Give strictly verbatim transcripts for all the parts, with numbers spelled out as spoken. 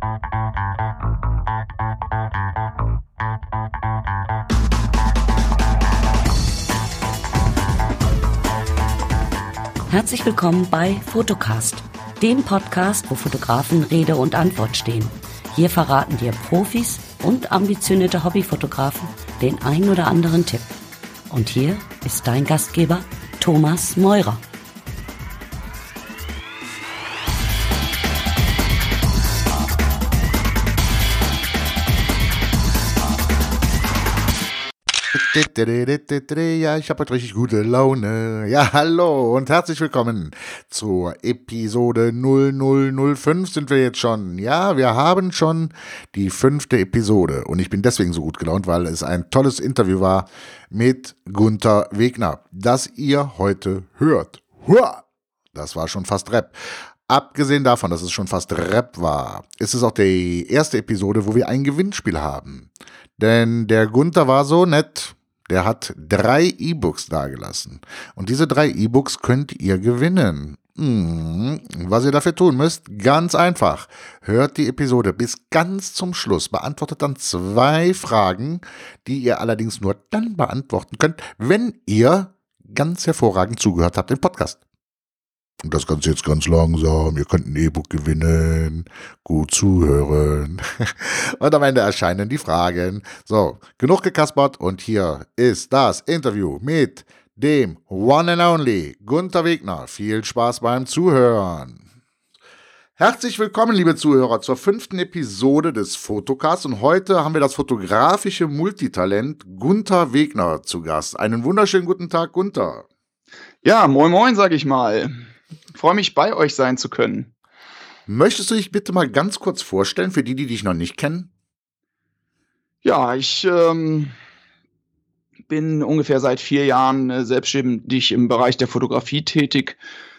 Herzlich willkommen bei Fotocast, dem Podcast, wo Fotografen Rede und Antwort stehen. Hier verraten dir Profis und ambitionierte Hobbyfotografen den ein oder anderen Tipp. Und hier ist dein Gastgeber Thomas Meurer. Ja, ich habe heute richtig gute Laune. Ja, hallo und herzlich willkommen zur Episode null null null fünf sind wir jetzt schon. Ja, wir haben schon die fünfte Episode und ich bin deswegen so gut gelaunt, weil es ein tolles Interview war mit Gunther Wegner, das ihr heute hört. Hua! Das war schon fast Rap. Abgesehen davon, dass es schon fast Rap war, ist es auch die erste Episode, wo wir ein Gewinnspiel haben. Denn der Gunther war so nett, der hat drei E-Books dagelassen. Und diese drei E-Books könnt ihr gewinnen. Hm, was ihr dafür tun müsst, ganz einfach. Hört die Episode bis ganz zum Schluss, beantwortet dann zwei Fragen, die ihr allerdings nur dann beantworten könnt, wenn ihr ganz hervorragend zugehört habt im Podcast. Und das Ganze jetzt ganz langsam. Ihr könnt ein E-Book gewinnen. Gut zuhören. Und am Ende erscheinen die Fragen. So, genug gekaspert. Und hier ist das Interview mit dem One and Only Gunther Wegner. Viel Spaß beim Zuhören. Herzlich willkommen, liebe Zuhörer, zur fünften Episode des Fotocasts. Und heute haben wir das fotografische Multitalent Gunther Wegner zu Gast. Einen wunderschönen guten Tag, Gunther. Ja, moin moin, sag ich mal. Ich freue mich, bei euch sein zu können. Möchtest du dich bitte mal ganz kurz vorstellen, für die, die dich noch nicht kennen? Ja, ich ähm, bin ungefähr seit vier Jahren äh, selbstständig im Bereich der Fotografie tätig.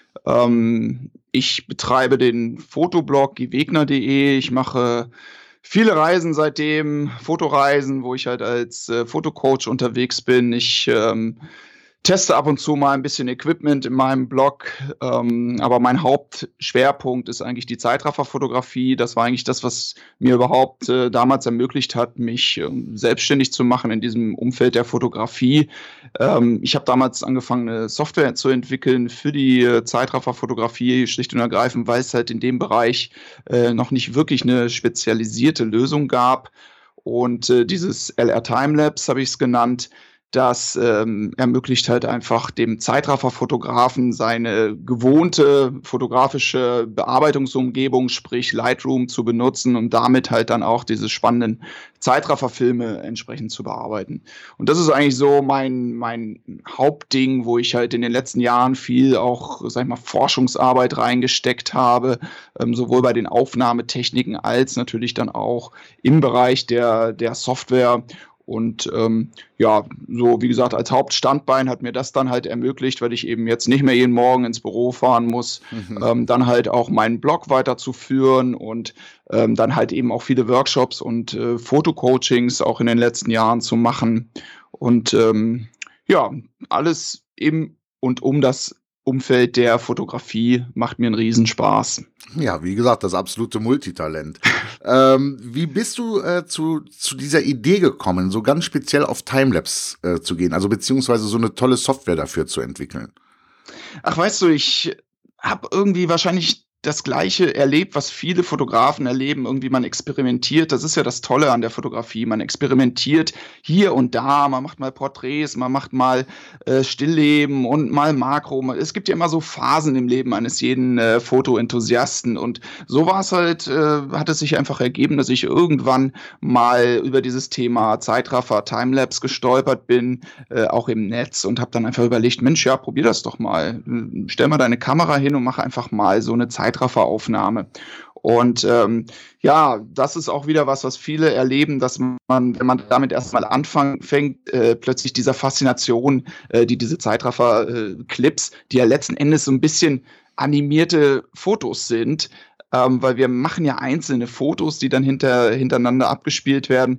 Ähm, ich betreibe den Fotoblog giwegner punkt de. Ich mache viele Reisen seitdem, Fotoreisen, wo ich halt als äh, Fotocoach unterwegs bin. Ich ähm, teste ab und zu mal ein bisschen Equipment in meinem Blog, ähm, aber mein Hauptschwerpunkt ist eigentlich die Zeitrafferfotografie. Das war eigentlich das, was mir überhaupt äh, damals ermöglicht hat, mich äh, selbstständig zu machen in diesem Umfeld der Fotografie. Ähm, ich habe damals angefangen, eine Software zu entwickeln für die äh, Zeitrafferfotografie, schlicht und ergreifend, weil es halt in dem Bereich äh, noch nicht wirklich eine spezialisierte Lösung gab. Und äh, dieses L R Timelapse habe ich es genannt. Das ähm, ermöglicht halt einfach dem Zeitrafferfotografen seine gewohnte fotografische Bearbeitungsumgebung, sprich Lightroom, zu benutzen und damit halt dann auch diese spannenden Zeitrafferfilme entsprechend zu bearbeiten. Und das ist eigentlich so mein, mein Hauptding, wo ich halt in den letzten Jahren viel auch, sag ich mal, Forschungsarbeit reingesteckt habe, ähm, sowohl bei den Aufnahmetechniken als natürlich dann auch im Bereich der, der Software. Und ähm, ja, so wie gesagt, als Hauptstandbein hat mir das dann halt ermöglicht, weil ich eben jetzt nicht mehr jeden Morgen ins Büro fahren muss, mhm. ähm, dann halt auch meinen Blog weiterzuführen und ähm, dann halt eben auch viele Workshops und äh, Fotocoachings auch in den letzten Jahren zu machen. Und ähm, ja, alles im und um das Umfeld der Fotografie macht mir einen Riesenspaß. Ja, wie gesagt, das absolute Multitalent. ähm, wie bist du äh, zu, zu dieser Idee gekommen, so ganz speziell auf Timelapse äh, zu gehen, also beziehungsweise so eine tolle Software dafür zu entwickeln? Ach, weißt du, ich habe irgendwie wahrscheinlich das Gleiche erlebt, was viele Fotografen erleben. Irgendwie man experimentiert. Das ist ja das Tolle an der Fotografie. Man experimentiert hier und da. Man macht mal Porträts, man macht mal äh, Stillleben und mal Makro. Es gibt ja immer so Phasen im Leben eines jeden äh, Fotoenthusiasten. Und so war es halt, äh, hat es sich einfach ergeben, dass ich irgendwann mal über dieses Thema Zeitraffer, Timelapse gestolpert bin, äh, auch im Netz, und habe dann einfach überlegt, Mensch, ja, probier das doch mal. Stell mal deine Kamera hin und mach einfach mal so eine Zeitraffer Zeitrafferaufnahme. Und ähm, ja, das ist auch wieder was, was viele erleben, dass man, wenn man damit erstmal anfängt, äh, plötzlich dieser Faszination, äh, die diese Zeitraffer-Clips, die ja letzten Endes so ein bisschen animierte Fotos sind, ähm, weil wir machen ja einzelne Fotos, die dann hinter, hintereinander abgespielt werden.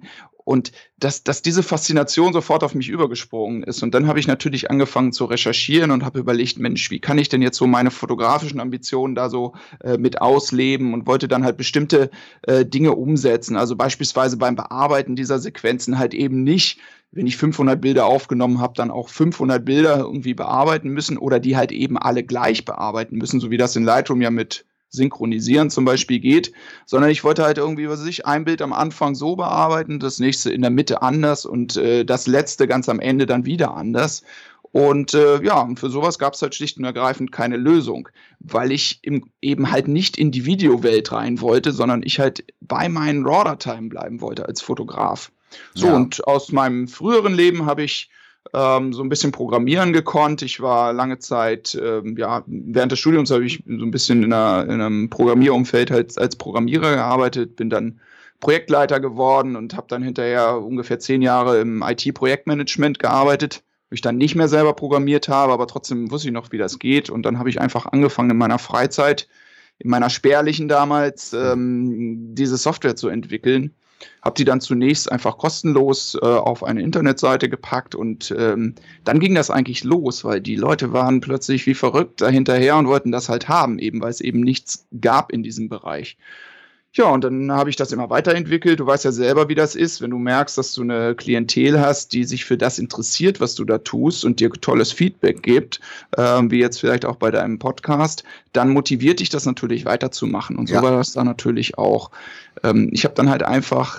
Und dass, dass diese Faszination sofort auf mich übergesprungen ist. Und dann habe ich natürlich angefangen zu recherchieren und habe überlegt, Mensch, wie kann ich denn jetzt so meine fotografischen Ambitionen da so äh, mit ausleben, und wollte dann halt bestimmte äh, Dinge umsetzen. Also beispielsweise beim Bearbeiten dieser Sequenzen halt eben nicht, wenn ich fünfhundert Bilder aufgenommen habe, dann auch fünfhundert Bilder irgendwie bearbeiten müssen oder die halt eben alle gleich bearbeiten müssen, so wie das in Lightroom ja mit Synchronisieren zum Beispiel geht, sondern ich wollte halt irgendwie, was weiß ich, ein Bild am Anfang so bearbeiten, das nächste in der Mitte anders und äh, das letzte ganz am Ende dann wieder anders. Und äh, ja, und für sowas gab es halt schlicht und ergreifend keine Lösung, weil ich im, eben halt nicht in die Videowelt rein wollte, sondern ich halt bei meinen RAW-Dateien bleiben wollte als Fotograf. So, ja. Und aus meinem früheren Leben habe ich ähm, so ein bisschen programmieren gekonnt. Ich war lange Zeit, ähm, ja, während des Studiums habe ich so ein bisschen in, einer, in einem Programmierumfeld halt als Programmierer gearbeitet, bin dann Projektleiter geworden und habe dann hinterher ungefähr zehn Jahre im I T-Projektmanagement gearbeitet, wo ich dann nicht mehr selber programmiert habe, aber trotzdem wusste ich noch, wie das geht. Und dann habe ich einfach angefangen, in meiner Freizeit, in meiner spärlichen damals, ähm, diese Software zu entwickeln. Habe die dann zunächst einfach kostenlos äh, auf eine Internetseite gepackt und ähm, dann ging das eigentlich los, weil die Leute waren plötzlich wie verrückt dahinterher und wollten das halt haben, eben weil es eben nichts gab in diesem Bereich. Ja, und dann habe ich das immer weiterentwickelt. Du weißt ja selber, wie das ist, wenn du merkst, dass du eine Klientel hast, die sich für das interessiert, was du da tust und dir tolles Feedback gibt, ähm, wie jetzt vielleicht auch bei deinem Podcast, dann motiviert dich das natürlich weiterzumachen. Und so ja. war das dann natürlich auch. Ähm, ich habe dann halt einfach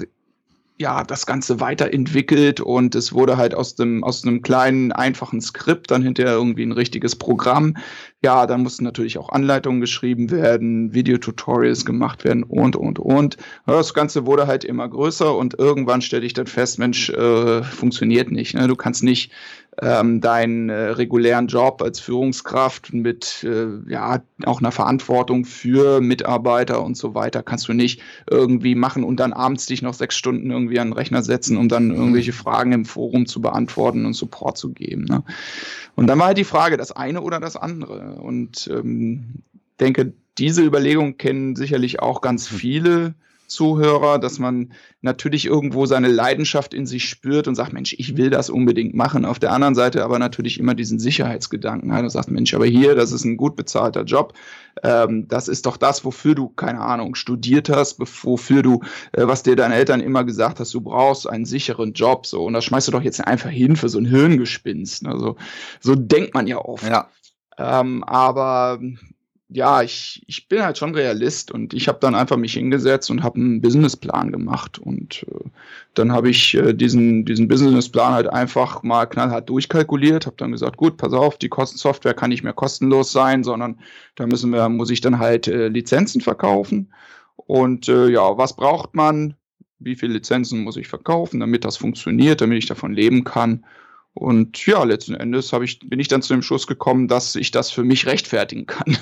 ja, das Ganze weiterentwickelt und es wurde halt aus dem, aus einem kleinen, einfachen Skript dann hinterher irgendwie ein richtiges Programm. Ja, dann mussten natürlich auch Anleitungen geschrieben werden, Videotutorials gemacht werden und, und, und. Das Ganze wurde halt immer größer und irgendwann stellte ich dann fest, Mensch, äh, funktioniert nicht. Ne? Du kannst nicht ähm, deinen äh, regulären Job als Führungskraft mit äh, ja auch einer Verantwortung für Mitarbeiter und so weiter kannst du nicht irgendwie machen und dann abends dich noch sechs Stunden irgendwie an den Rechner setzen, um dann irgendwelche Fragen im Forum zu beantworten und Support zu geben. Ne? Und dann war halt die Frage, das eine oder das andere. Und ähm, denke, diese Überlegung kennen sicherlich auch ganz viele Zuhörer, dass man natürlich irgendwo seine Leidenschaft in sich spürt und sagt, Mensch, ich will das unbedingt machen. Auf der anderen Seite aber natürlich immer diesen Sicherheitsgedanken hat und sagt, Mensch, aber hier, das ist ein gut bezahlter Job. Ähm, das ist doch das, wofür du, keine Ahnung, studiert hast, wofür du, äh, was dir deine Eltern immer gesagt hast, du brauchst einen sicheren Job. So, und das schmeißt du doch jetzt einfach hin für so ein Hirngespinst. Also, so denkt man ja oft. Ja. Ähm, aber ja, ich, ich bin halt schon Realist und ich habe dann einfach mich hingesetzt und habe einen Businessplan gemacht und äh, dann habe ich äh, diesen, diesen Businessplan halt einfach mal knallhart durchkalkuliert, habe dann gesagt, gut, pass auf, die Kostensoftware kann nicht mehr kostenlos sein, sondern da müssen wir, muss ich dann halt äh, Lizenzen verkaufen und äh, ja, was braucht man, wie viele Lizenzen muss ich verkaufen, damit das funktioniert, damit ich davon leben kann. Und ja, letzten Endes hab ich, bin ich dann zu dem Schluss gekommen, dass ich das für mich rechtfertigen kann.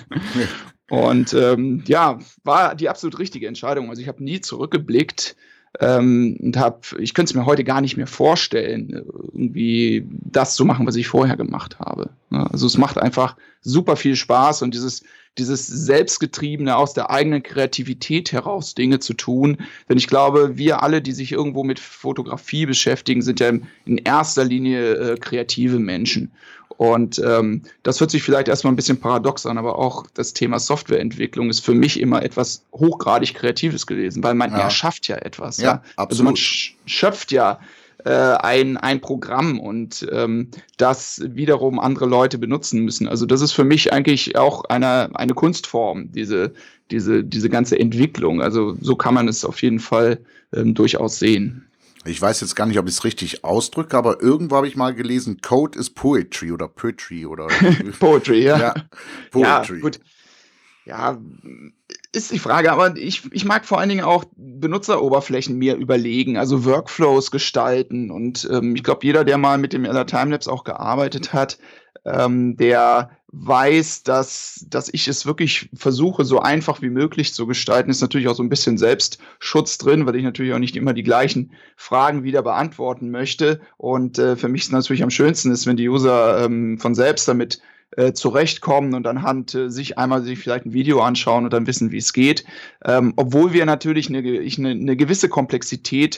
Und ähm, ja, war die absolut richtige Entscheidung. Also ich habe nie zurückgeblickt ähm, und habe, ich könnte es mir heute gar nicht mehr vorstellen, irgendwie das zu machen, was ich vorher gemacht habe. Also es macht einfach super viel Spaß und dieses dieses Selbstgetriebene aus der eigenen Kreativität heraus Dinge zu tun. Denn ich glaube, wir alle, die sich irgendwo mit Fotografie beschäftigen, sind ja in erster Linie äh, kreative Menschen. Und ähm, das hört sich vielleicht erstmal ein bisschen paradox an, aber auch das Thema Softwareentwicklung ist für mich immer etwas hochgradig Kreatives gewesen, weil man ja. erschafft ja etwas. Ja, ja? absolut. Also man sch- schöpft ja ein, ein Programm und ähm, das wiederum andere Leute benutzen müssen. Also das ist für mich eigentlich auch eine, eine Kunstform, diese, diese, diese ganze Entwicklung. Also so kann man es auf jeden Fall ähm, durchaus sehen. Ich weiß jetzt gar nicht, ob ich es richtig ausdrücke, aber irgendwo habe ich mal gelesen, Code is Poetry oder Poetry oder Poetry, ja. ja. Poetry. Ja, gut. Ja, ist die Frage, aber ich, ich mag vor allen Dingen auch Benutzeroberflächen mir überlegen, also Workflows gestalten und ähm, ich glaube, jeder, der mal mit dem L R Timelapse auch gearbeitet hat, ähm, der weiß, dass, dass ich es wirklich versuche, so einfach wie möglich zu gestalten. Ist natürlich auch so ein bisschen Selbstschutz drin, weil ich natürlich auch nicht immer die gleichen Fragen wieder beantworten möchte und äh, für mich ist natürlich am schönsten ist, wenn die User ähm, von selbst damit Äh, zurechtkommen und anhand äh, sich einmal sich vielleicht ein Video anschauen und dann wissen, wie es geht. Ähm, obwohl wir natürlich eine, ich eine, eine gewisse Komplexität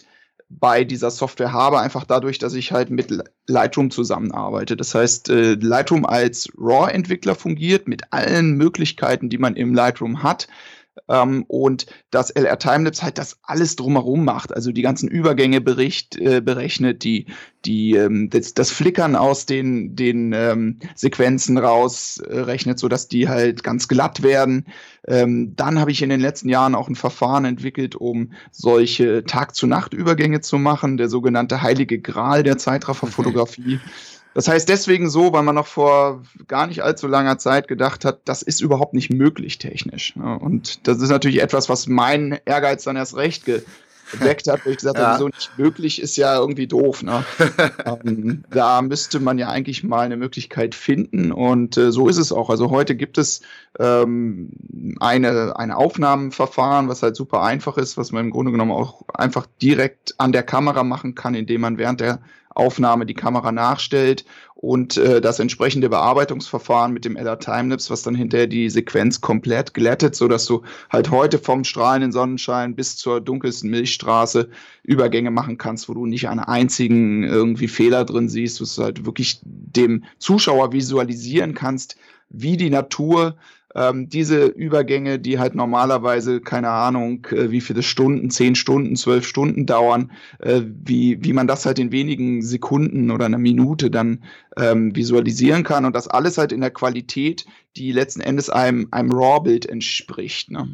bei dieser Software habe, einfach dadurch, dass ich halt mit Lightroom zusammenarbeite. Das heißt, äh, Lightroom als RAW-Entwickler fungiert mit allen Möglichkeiten, die man im Lightroom hat. Ähm, und das L R Timelapse halt das alles drumherum macht, also die ganzen Übergänge bericht, äh, berechnet, die, die, ähm, das, das Flickern aus den, den ähm, Sequenzen rausrechnet, äh, sodass die halt ganz glatt werden. Ähm, dann habe ich in den letzten Jahren auch ein Verfahren entwickelt, um solche Tag-zu-Nacht-Übergänge zu machen, der sogenannte heilige Gral der Zeitrafferfotografie. Das heißt deswegen so, weil man noch vor gar nicht allzu langer Zeit gedacht hat, das ist überhaupt nicht möglich technisch. Und das ist natürlich etwas, was mein Ehrgeiz dann erst recht geweckt hat, wo ich gesagt habe, Ja. wieso nicht möglich, ist ja irgendwie doof. Ne? ähm, da müsste man ja eigentlich mal eine Möglichkeit finden und äh, so ist es auch. Also heute gibt es ähm, eine, eine Aufnahmenverfahren, was halt super einfach ist, was man im Grunde genommen auch einfach direkt an der Kamera machen kann, indem man während der Aufnahme die Kamera nachstellt und äh, das entsprechende Bearbeitungsverfahren mit dem L R Timelapse, was dann hinterher die Sequenz komplett glättet, sodass du halt heute vom strahlenden Sonnenschein bis zur dunkelsten Milchstraße Übergänge machen kannst, wo du nicht einen einzigen irgendwie Fehler drin siehst, wo du halt wirklich dem Zuschauer visualisieren kannst, wie die Natur ähm, diese Übergänge, die halt normalerweise, keine Ahnung, äh, wie viele Stunden, zehn Stunden, zwölf Stunden dauern, äh, wie, wie man das halt in wenigen Sekunden oder einer Minute dann ähm, visualisieren kann und das alles halt in der Qualität, die letzten Endes einem, einem RAW-Bild entspricht, ne?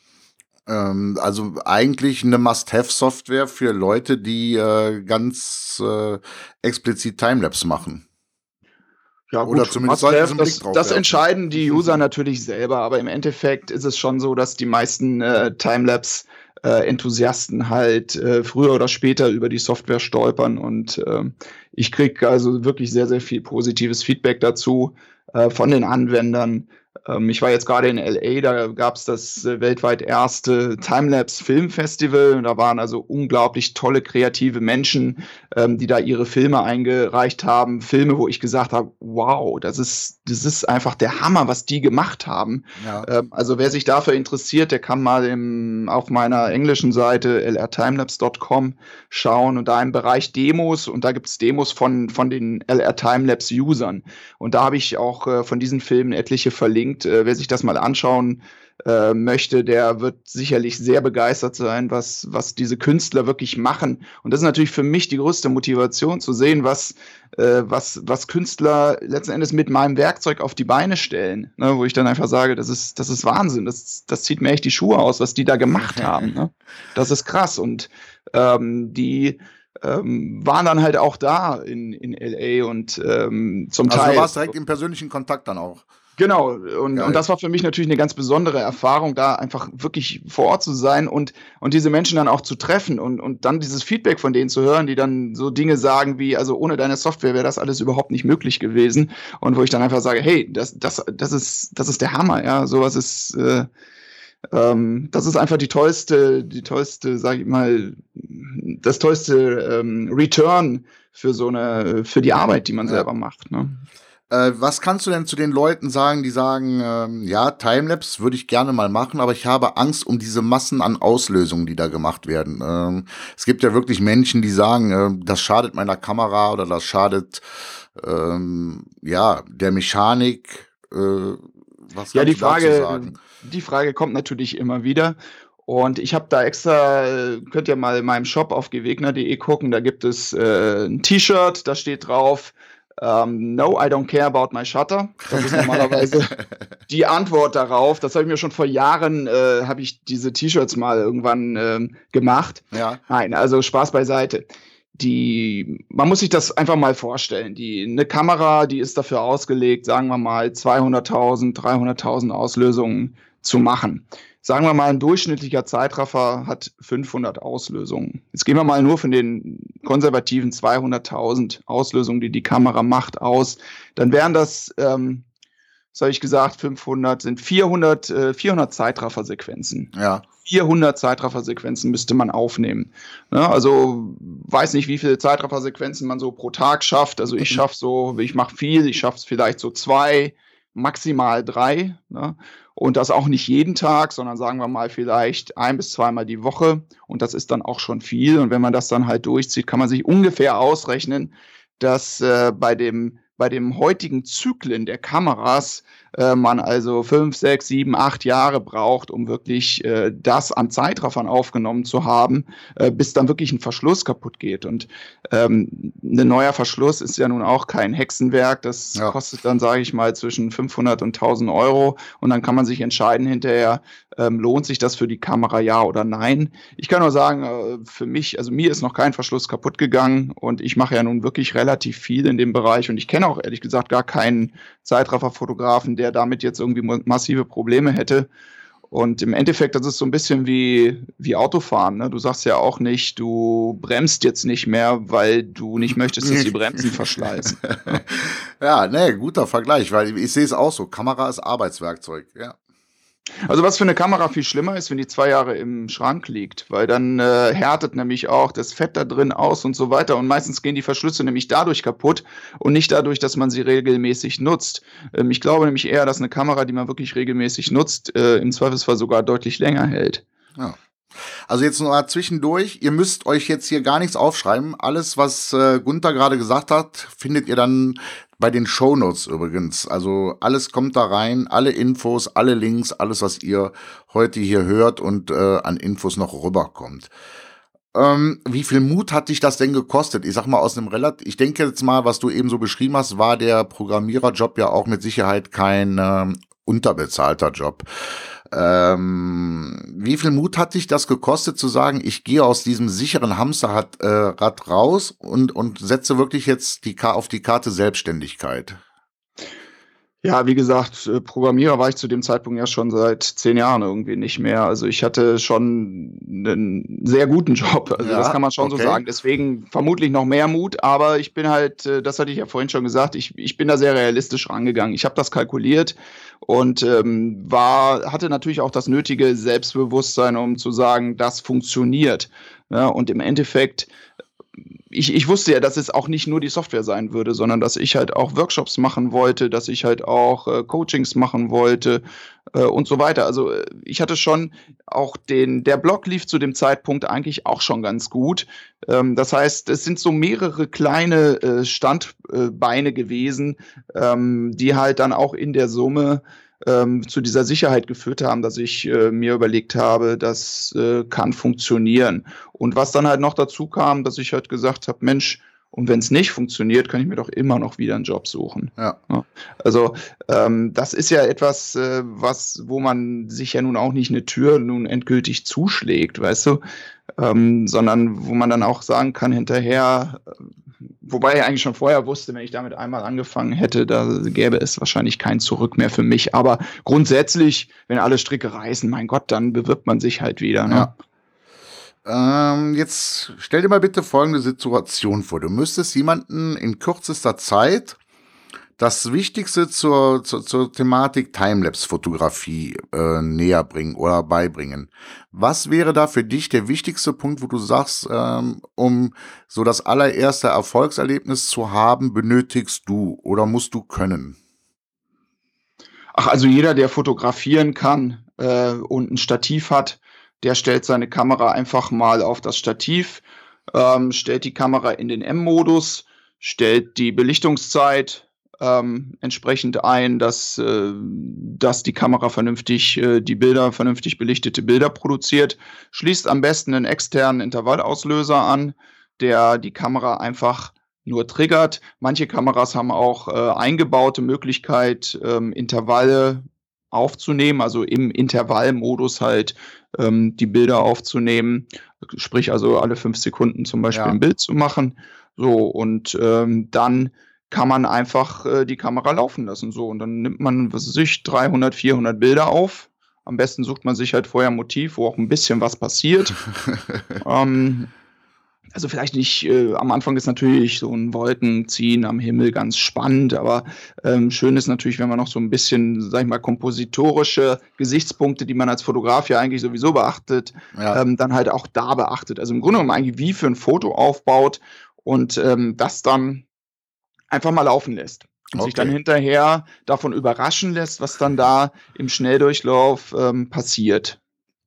Ähm, also eigentlich eine Must-Have-Software für Leute, die äh, ganz äh, explizit Timelapse machen. Ja, Oder gut, zumindest Must-have, sollten sie einen Blick das, drauf das werfen. entscheiden die User natürlich selber, aber im Endeffekt ist es schon so, dass die meisten äh, Timelapse-Enthusiasten halt äh, früher oder später über die Software stolpern und ähm, ich kriege also wirklich sehr, sehr viel positives Feedback dazu äh, von den Anwendern. Ähm, ich war jetzt gerade in L A, da gab es das äh, weltweit erste Timelapse-Filmfestival und da waren also unglaublich tolle, kreative Menschen, ähm, die da ihre Filme eingereicht haben. Filme, wo ich gesagt habe, wow, das ist, das ist einfach der Hammer, was die gemacht haben. Ja. Ähm, also wer sich dafür interessiert, der kann mal im, auf meiner englischen Seite l r timelapse punkt com schauen und da im Bereich Demos und da gibt es Demos von, von den L R Timelapse-Usern. Und da habe ich auch äh, von diesen Filmen etliche verlinkt. Äh, wer sich das mal anschauen äh, möchte, der wird sicherlich sehr begeistert sein, was, was diese Künstler wirklich machen. Und das ist natürlich für mich die größte Motivation, zu sehen, was, äh, was, was Künstler letzten Endes mit meinem Werkzeug auf die Beine stellen. Ne? Wo ich dann einfach sage, das ist, das ist Wahnsinn. Das, das zieht mir echt die Schuhe aus, was die da gemacht haben. Ne? Das ist krass. Und ähm, die ähm, waren dann halt auch da in, in L A und ähm, zum Also Teil. du warst direkt im persönlichen Kontakt dann auch. Genau, und, Geil. und das war für mich natürlich eine ganz besondere Erfahrung, da einfach wirklich vor Ort zu sein und, und diese Menschen dann auch zu treffen und, und dann dieses Feedback von denen zu hören, die dann so Dinge sagen wie, also ohne deine Software wäre das alles überhaupt nicht möglich gewesen. Und wo ich dann einfach sage, hey, das, das, das ist, das ist der Hammer, ja, sowas ist, äh, ähm, das ist einfach die tollste, die tollste, sag ich mal, das tollste ähm, Return für so eine, für die Arbeit, die man Ja. selber macht, ne? Äh, was kannst du denn zu den Leuten sagen, die sagen, ähm, ja, Timelapse würde ich gerne mal machen, aber ich habe Angst um diese Massen an Auslösungen, die da gemacht werden. Ähm, es gibt ja wirklich Menschen, die sagen, äh, das schadet meiner Kamera oder das schadet ähm, ja der Mechanik. Äh, was Ja, kannst die du dazu Frage, sagen? die Frage kommt natürlich immer wieder. Und ich habe da extra, äh, könnt ihr mal in meinem Shop auf gewegner punkt de gucken, da gibt es äh, ein T-Shirt, da steht drauf, um, no, I don't care about my shutter. Das ist normalerweise die Antwort darauf. Das habe ich mir schon vor Jahren, äh, habe ich diese T-Shirts mal irgendwann äh, gemacht. Ja. Nein, also Spaß beiseite. Die, man muss sich das einfach mal vorstellen. Die, eine Kamera, die ist dafür ausgelegt, sagen wir mal zweihunderttausend, dreihunderttausend Auslösungen zu machen. Sagen wir mal, ein durchschnittlicher Zeitraffer hat fünfhundert Auslösungen. Jetzt gehen wir mal nur von den konservativen zweihunderttausend Auslösungen, die die Kamera macht, aus. Dann wären das, ähm, was habe ich gesagt, fünfhundert, sind vierhundert, äh, vierhundert Zeitraffersequenzen. Ja. vierhundert Zeitraffersequenzen müsste man aufnehmen. Ja, also weiß nicht, wie viele Zeitraffersequenzen man so pro Tag schafft. Also ich schaffe so, ich mache viel, ich schaffe es vielleicht so zwei, maximal drei. Ne? Und das auch nicht jeden Tag, sondern sagen wir mal vielleicht ein- bis zweimal die Woche. Und das ist dann auch schon viel. Und wenn man das dann halt durchzieht, kann man sich ungefähr ausrechnen, dass äh, bei dem bei dem heutigen Zyklen der Kameras äh, man also fünf, sechs, sieben, acht Jahre braucht, um wirklich äh, das an Zeitraffern aufgenommen zu haben, äh, bis dann wirklich ein Verschluss kaputt geht. Und ähm, ein neuer Verschluss ist ja nun auch kein Hexenwerk. Das Ja. kostet dann, sage ich mal, zwischen fünfhundert und tausend Euro. Und dann kann man sich entscheiden hinterher, ähm, lohnt sich das für die Kamera, ja oder nein. Ich kann nur sagen, äh, für mich, also mir ist noch kein Verschluss kaputt gegangen und ich mache ja nun wirklich relativ viel in dem Bereich und ich kenne auch ehrlich gesagt gar keinen Zeitrafferfotografen, der damit jetzt irgendwie massive Probleme hätte. Und im Endeffekt, das ist so ein bisschen wie, wie Autofahren. Ne? Du sagst ja auch nicht, du bremst jetzt nicht mehr, weil du nicht möchtest, dass die Bremsen verschleißen. Ja, ne, guter Vergleich, weil ich sehe es auch so. Kamera ist Arbeitswerkzeug, ja. Also was für eine Kamera viel schlimmer ist, wenn die zwei Jahre im Schrank liegt, weil dann äh, härtet nämlich auch das Fett da drin aus und so weiter und meistens gehen die Verschlüsse nämlich dadurch kaputt und nicht dadurch, dass man sie regelmäßig nutzt. Ähm, ich glaube nämlich eher, dass eine Kamera, die man wirklich regelmäßig nutzt, äh, im Zweifelsfall sogar deutlich länger hält. Ja. Also jetzt nur mal zwischendurch, ihr müsst euch jetzt hier gar nichts aufschreiben. Alles, was äh, Gunther gerade gesagt hat, findet ihr dann bei den Shownotes übrigens. Also alles kommt da rein, alle Infos, alle Links, alles, was ihr heute hier hört und äh, an Infos noch rüberkommt. Ähm, wie viel Mut hat dich das denn gekostet? Ich sag mal aus einem relativ, ich denke jetzt mal, was du eben so beschrieben hast, war der Programmiererjob ja auch mit Sicherheit kein ähm, unterbezahlter Job. Ähm, wie viel Mut hat dich das gekostet zu sagen, ich gehe aus diesem sicheren Hamsterrad äh, Rad raus und, und setze wirklich jetzt die Ka- auf die Karte Selbstständigkeit? Ja, wie gesagt, äh, Programmierer war ich zu dem Zeitpunkt ja schon seit zehn Jahren irgendwie nicht mehr. Also ich hatte schon einen sehr guten Job. Also Ja, das kann man schon so okay. sagen. Deswegen vermutlich noch mehr Mut. Aber ich bin halt, äh, das hatte ich ja vorhin schon gesagt, ich, ich bin da sehr realistisch rangegangen. Ich habe das kalkuliert und ähm, war, hatte natürlich auch das nötige Selbstbewusstsein, um zu sagen, das funktioniert. Ja, und im Endeffekt Ich, ich wusste ja, dass es auch nicht nur die Software sein würde, sondern dass ich halt auch Workshops machen wollte, dass ich halt auch äh, Coachings machen wollte äh, und so weiter. Also äh, ich hatte schon auch den, der Blog lief zu dem Zeitpunkt eigentlich auch schon ganz gut. Ähm, das heißt, es sind so mehrere kleine äh, Standbeine gewesen, ähm, die halt dann auch in der Summe ähm, zu dieser Sicherheit geführt haben, dass ich äh, mir überlegt habe, das äh, kann funktionieren. Und was dann halt noch dazu kam, dass ich halt gesagt habe, Mensch, und wenn es nicht funktioniert, kann ich mir doch immer noch wieder einen Job suchen. Ja. Ja, also ähm, das ist ja etwas, äh, was, wo man sich ja nun auch nicht eine Tür nun endgültig zuschlägt, weißt du, ähm, sondern wo man dann auch sagen kann hinterher, äh, wobei ich eigentlich schon vorher wusste, wenn ich damit einmal angefangen hätte, da gäbe es wahrscheinlich kein Zurück mehr für mich. Aber grundsätzlich, wenn alle Stricke reißen, mein Gott, dann bewirbt man sich halt wieder. Ne? Ja. Ähm, jetzt stell dir mal bitte folgende Situation vor. Du müsstest jemanden in kürzester Zeit das Wichtigste zur, zur, zur Thematik Timelapse-Fotografie äh, näher bringen oder beibringen. Was wäre da für dich der wichtigste Punkt, wo du sagst, ähm, um so das allererste Erfolgserlebnis zu haben, benötigst du oder musst du können? Ach, also jeder, der fotografieren kann äh, und ein Stativ hat, der stellt seine Kamera einfach mal auf das Stativ, ähm, stellt die Kamera in den M-Modus, stellt die Belichtungszeit ähm, entsprechend ein, dass, äh, dass die Kamera vernünftig äh, die Bilder, vernünftig belichtete Bilder produziert, schließt am besten einen externen Intervallauslöser an, der die Kamera einfach nur triggert. Manche Kameras haben auch äh, eingebaute Möglichkeit, ähm, Intervalle aufzunehmen, also im Intervallmodus halt ähm, die Bilder aufzunehmen, sprich also alle fünf Sekunden zum Beispiel Ja. ein Bild zu machen. So, und ähm, dann kann man einfach äh, die Kamera laufen lassen. So, und dann nimmt man, was weiß ich, dreihundert, vierhundert Bilder auf. Am besten sucht man sich halt vorher ein Motiv, wo auch ein bisschen was passiert. ähm, Also vielleicht nicht, äh, am Anfang ist natürlich so ein Wolkenziehen am Himmel ganz spannend, aber ähm, schön ist natürlich, wenn man noch so ein bisschen, sag ich mal, kompositorische Gesichtspunkte, die man als Fotograf ja eigentlich sowieso beachtet, Ja. ähm, dann halt auch da beachtet. Also im Grunde genommen eigentlich wie für ein Foto aufbaut und ähm, das dann einfach mal laufen lässt. und Okay. sich dann hinterher davon überraschen lässt, was dann da im Schnelldurchlauf ähm, passiert.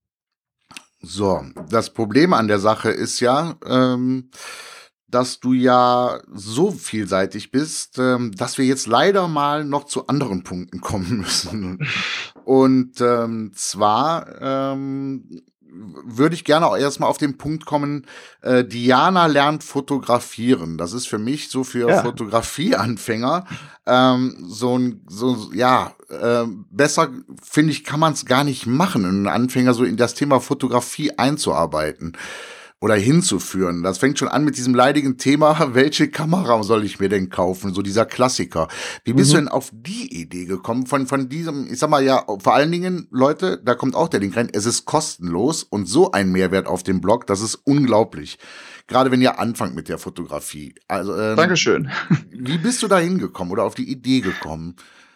So, das Problem an der Sache ist ja, ähm, dass du ja so vielseitig bist, ähm, dass wir jetzt leider mal noch zu anderen Punkten kommen müssen. Und ähm, zwar ähm, würde ich gerne auch erstmal auf den Punkt kommen, äh, Diana lernt fotografieren. Das ist für mich so für Ja. Fotografieanfänger ähm, so ein, so, ja, äh, besser, finde ich, kann man es gar nicht machen, einen Anfänger so in das Thema Fotografie einzuarbeiten oder hinzuführen. Das fängt schon an mit diesem leidigen Thema, welche Kamera soll ich mir denn kaufen? So dieser Klassiker. Wie bist Mhm. du denn auf die Idee gekommen von, von diesem, ich sag mal ja, vor allen Dingen, Leute, da kommt auch der Link rein, es ist kostenlos und so ein Mehrwert auf dem Blog, das ist unglaublich. Gerade wenn ihr anfangt mit der Fotografie. Also, ähm, Dankeschön. wie bist du da hingekommen oder auf die Idee gekommen?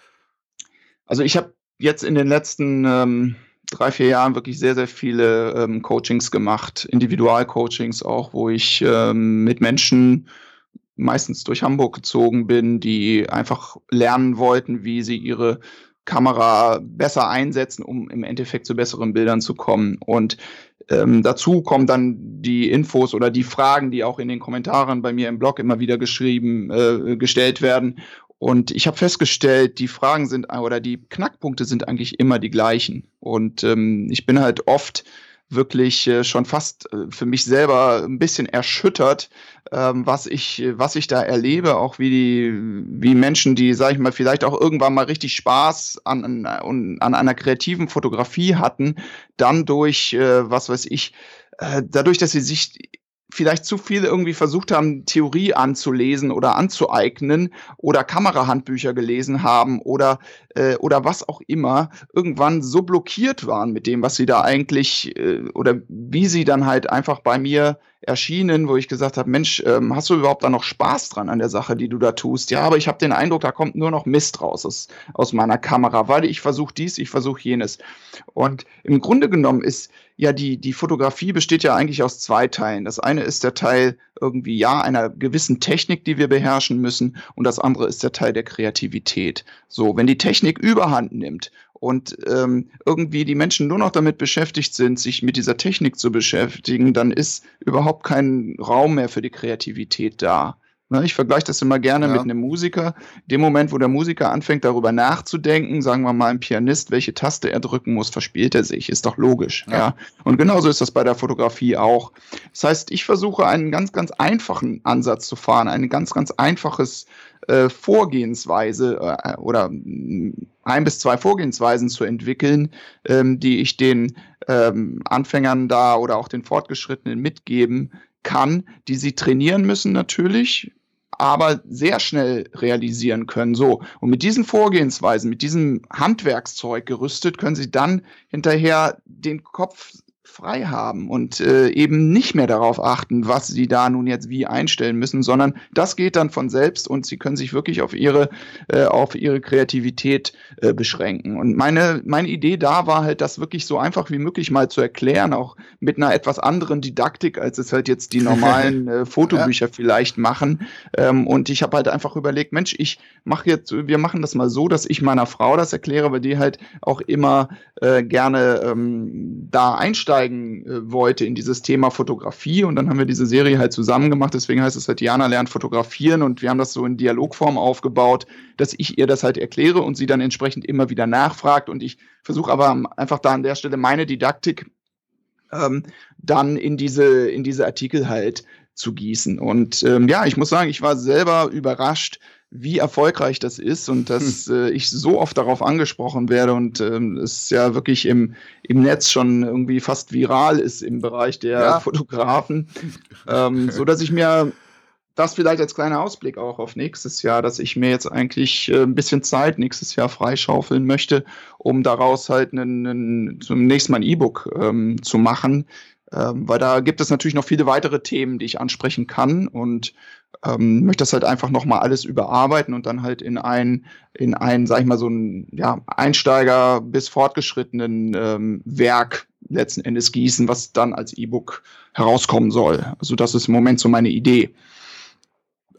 Also ich habe jetzt in den letzten ähm, drei, vier Jahren wirklich sehr, sehr viele ähm, Coachings gemacht, Individualcoachings auch, wo ich ähm, mit Menschen meistens durch Hamburg gezogen bin, die einfach lernen wollten, wie sie ihre Kamera besser einsetzen, um im Endeffekt zu besseren Bildern zu kommen. Und ähm, dazu kommen dann die Infos oder die Fragen, die auch in den Kommentaren bei mir im Blog immer wieder geschrieben, äh, gestellt werden. Und ich habe festgestellt, die Fragen sind oder die Knackpunkte sind eigentlich immer die gleichen. Und ähm, ich bin halt oft wirklich äh, schon fast äh, für mich selber ein bisschen erschüttert, ähm, was ich was ich da erlebe, auch wie die wie Menschen, die, sage ich mal, vielleicht auch irgendwann mal richtig Spaß an an, an einer kreativen Fotografie hatten, dann durch äh, was weiß ich, äh, dadurch, dass sie sich vielleicht zu viel irgendwie versucht haben, Theorie anzulesen oder anzueignen oder Kamerahandbücher gelesen haben oder äh, oder was auch immer, irgendwann so blockiert waren mit dem, was sie da eigentlich äh, oder wie sie dann halt einfach bei mir erschienen, wo ich gesagt habe, Mensch, ähm, hast du überhaupt da noch Spaß dran an der Sache, die du da tust? Ja, aber ich habe den Eindruck, da kommt nur noch Mist raus aus, aus meiner Kamera, weil ich versuche dies, ich versuche jenes. Und im Grunde genommen ist ja die, die Fotografie besteht ja eigentlich aus zwei Teilen. Das eine ist der Teil irgendwie, ja, einer gewissen Technik, die wir beherrschen müssen, und das andere ist der Teil der Kreativität. So, wenn die Technik Überhand nimmt und ähm, irgendwie die Menschen nur noch damit beschäftigt sind, sich mit dieser Technik zu beschäftigen, dann ist überhaupt kein Raum mehr für die Kreativität da. Ne, ich vergleiche das immer gerne Ja. mit einem Musiker. In dem Moment, wo der Musiker anfängt, darüber nachzudenken, sagen wir mal ein Pianist, welche Taste er drücken muss, verspielt er sich. Ist doch logisch. Ja. Ja. Und genauso ist das bei der Fotografie auch. Das heißt, ich versuche einen ganz, ganz einfachen Ansatz zu fahren, ein ganz, ganz einfaches äh, Vorgehensweise äh, oder mh, ein bis zwei Vorgehensweisen zu entwickeln, ähm, die ich den ähm, Anfängern da oder auch den Fortgeschrittenen mitgeben kann, die sie trainieren müssen natürlich, aber sehr schnell realisieren können. So, und mit diesen Vorgehensweisen, mit diesem Handwerkszeug gerüstet, können sie dann hinterher den Kopf frei haben und äh, eben nicht mehr darauf achten, was sie da nun jetzt wie einstellen müssen, sondern das geht dann von selbst und sie können sich wirklich auf ihre äh, auf ihre Kreativität äh, beschränken. Und meine meine Idee da war halt, das wirklich so einfach wie möglich mal zu erklären, auch mit einer etwas anderen Didaktik, als es halt jetzt die normalen äh, Fotobücher ja. vielleicht machen. Ähm, und ich habe halt einfach überlegt, Mensch, ich mache jetzt, wir machen das mal so, dass ich meiner Frau das erkläre, weil die halt auch immer äh, gerne ähm, da einsteigen wollte in dieses Thema Fotografie, und dann haben wir diese Serie halt zusammen gemacht, deswegen heißt es halt Diana lernt fotografieren, und wir haben das so in Dialogform aufgebaut, dass ich ihr das halt erkläre und sie dann entsprechend immer wieder nachfragt, und ich versuche aber einfach da an der Stelle meine Didaktik ähm, dann in diese, in diese Artikel halt zu gießen. Und ähm, ja, ich muss sagen, ich war selber überrascht, wie erfolgreich das ist und dass äh, ich so oft darauf angesprochen werde und ähm, es ja wirklich im, im Netz schon irgendwie fast viral ist im Bereich der Ja. Fotografen, ähm, so dass ich mir das vielleicht als kleiner Ausblick auch auf nächstes Jahr, dass ich mir jetzt eigentlich äh, ein bisschen Zeit nächstes Jahr freischaufeln möchte, um daraus halt einen, einen, zum nächsten Mal ein E-Book ähm, zu machen, ähm, weil da gibt es natürlich noch viele weitere Themen, die ich ansprechen kann, und ähm, möchte das halt einfach nochmal alles überarbeiten und dann halt in ein, in ein, sag ich mal, so ein ja, Einsteiger bis fortgeschrittenen ähm, Werk letzten Endes gießen, was dann als E-Book herauskommen soll. Also das ist im Moment so meine Idee.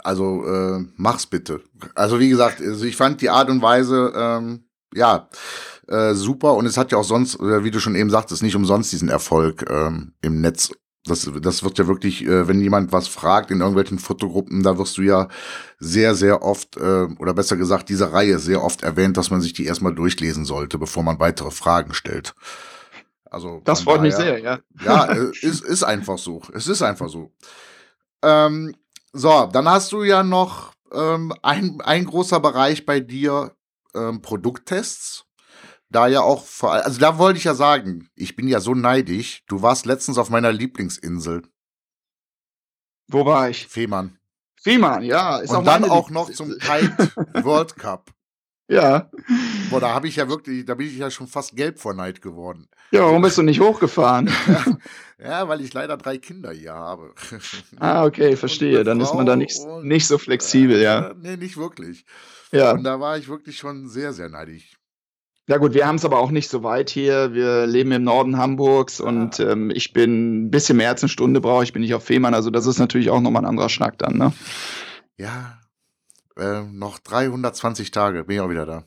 also äh, mach's bitte. Also wie gesagt, also ich fand die Art und Weise, ähm, ja, äh, super. Und es hat ja auch sonst, äh, wie du schon eben sagtest, nicht umsonst diesen Erfolg ähm, im Netz. Das, das wird ja wirklich, äh, wenn jemand was fragt in irgendwelchen Fotogruppen, da wirst du ja sehr, sehr oft, äh, oder besser gesagt, diese Reihe sehr oft erwähnt, dass man sich die erstmal durchlesen sollte, bevor man weitere Fragen stellt. Also Das von freut mich daher, sehr, ja. ja, äh, ist, ist einfach so. Es ist einfach so. Ähm, so, dann hast du ja noch ähm, ein, ein großer Bereich bei dir, ähm, Produkttests. Da ja auch, vor all- also da wollte ich ja sagen, ich bin ja so neidisch. Du warst letztens auf meiner Lieblingsinsel, Wo war ich? Fehmarn. Fehmarn, ja, ist auch Und dann meine auch noch zum Lieblingsinsel. Kite World Cup. Ja. Boah, da habe ich ja wirklich, da bin ich ja schon fast gelb vor Neid geworden. Ja, warum bist du nicht hochgefahren? Ja, weil ich leider drei Kinder hier habe. Ah, okay, Und verstehe. eine Dann ist man da Frau nicht, und nicht so flexibel, ja. äh, nee, nicht wirklich. Ja. Und da war ich wirklich schon sehr, sehr neidisch. Ja gut, wir haben es aber auch nicht so weit hier. Wir leben im Norden Hamburgs und Ah, ähm, ich bin ein bisschen mehr als eine Stunde brauche ich, bin ich auf Fehmarn. Also das ist natürlich auch nochmal ein anderer Schnack dann, ne? ja, äh, noch dreihundertzwanzig Tage, bin ich auch wieder da.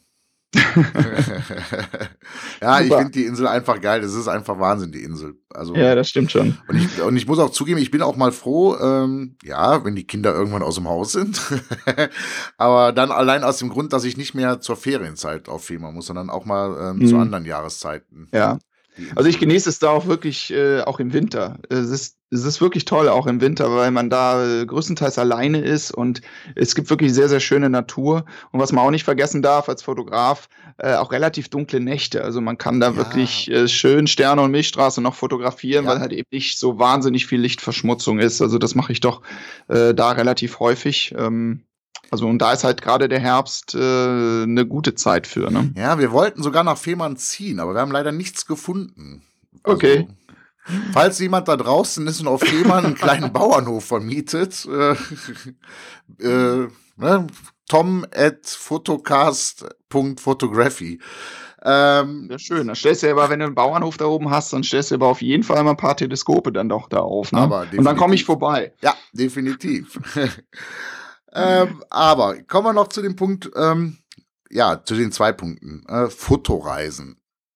Ja, ich Super. finde die Insel einfach geil. Das ist einfach Wahnsinn, die Insel. Also, Ja, das stimmt schon. und ich, und ich muss auch zugeben, ich bin auch mal froh, ähm, ja, wenn die Kinder irgendwann aus dem Haus sind. Aber dann allein aus dem Grund, dass ich nicht mehr zur Ferienzeit auf Fehmarn muss, sondern auch mal ähm, zu Mhm. anderen Jahreszeiten. Ja. Die Also ich Insel. genieße es da auch wirklich, äh, auch im Winter. Es ist, es ist wirklich toll, auch im Winter, weil man da äh, größtenteils alleine ist und es gibt wirklich sehr, sehr schöne Natur. Und was man auch nicht vergessen darf als Fotograf, äh, auch relativ dunkle Nächte. Also man kann da Ja, wirklich äh, schön Sterne und Milchstraße noch fotografieren, weil ja, halt eben nicht so wahnsinnig viel Lichtverschmutzung ist. Also das mache ich doch äh, da relativ häufig. Ähm, also und da ist halt gerade der Herbst äh, eine gute Zeit für, ne? ja, wir wollten sogar nach Fehmarn ziehen, aber wir haben leider nichts gefunden. Okay. Also, falls jemand da draußen ist und auf Fehmarn einen kleinen Bauernhof vermietet, äh, äh, ne, tom at photocast punkt photography. Ähm, Ja, schön. Dann stellst du ja aber, wenn du einen Bauernhof da oben hast, dann stellst du aber auf jeden Fall mal ein paar Teleskope dann doch da auf, ne? aber Und dann komme ich definitiv. vorbei. Ja, definitiv. ähm, aber kommen wir noch zu dem Punkt, ähm, ja, zu den zwei Punkten. Äh, Fotoreisen.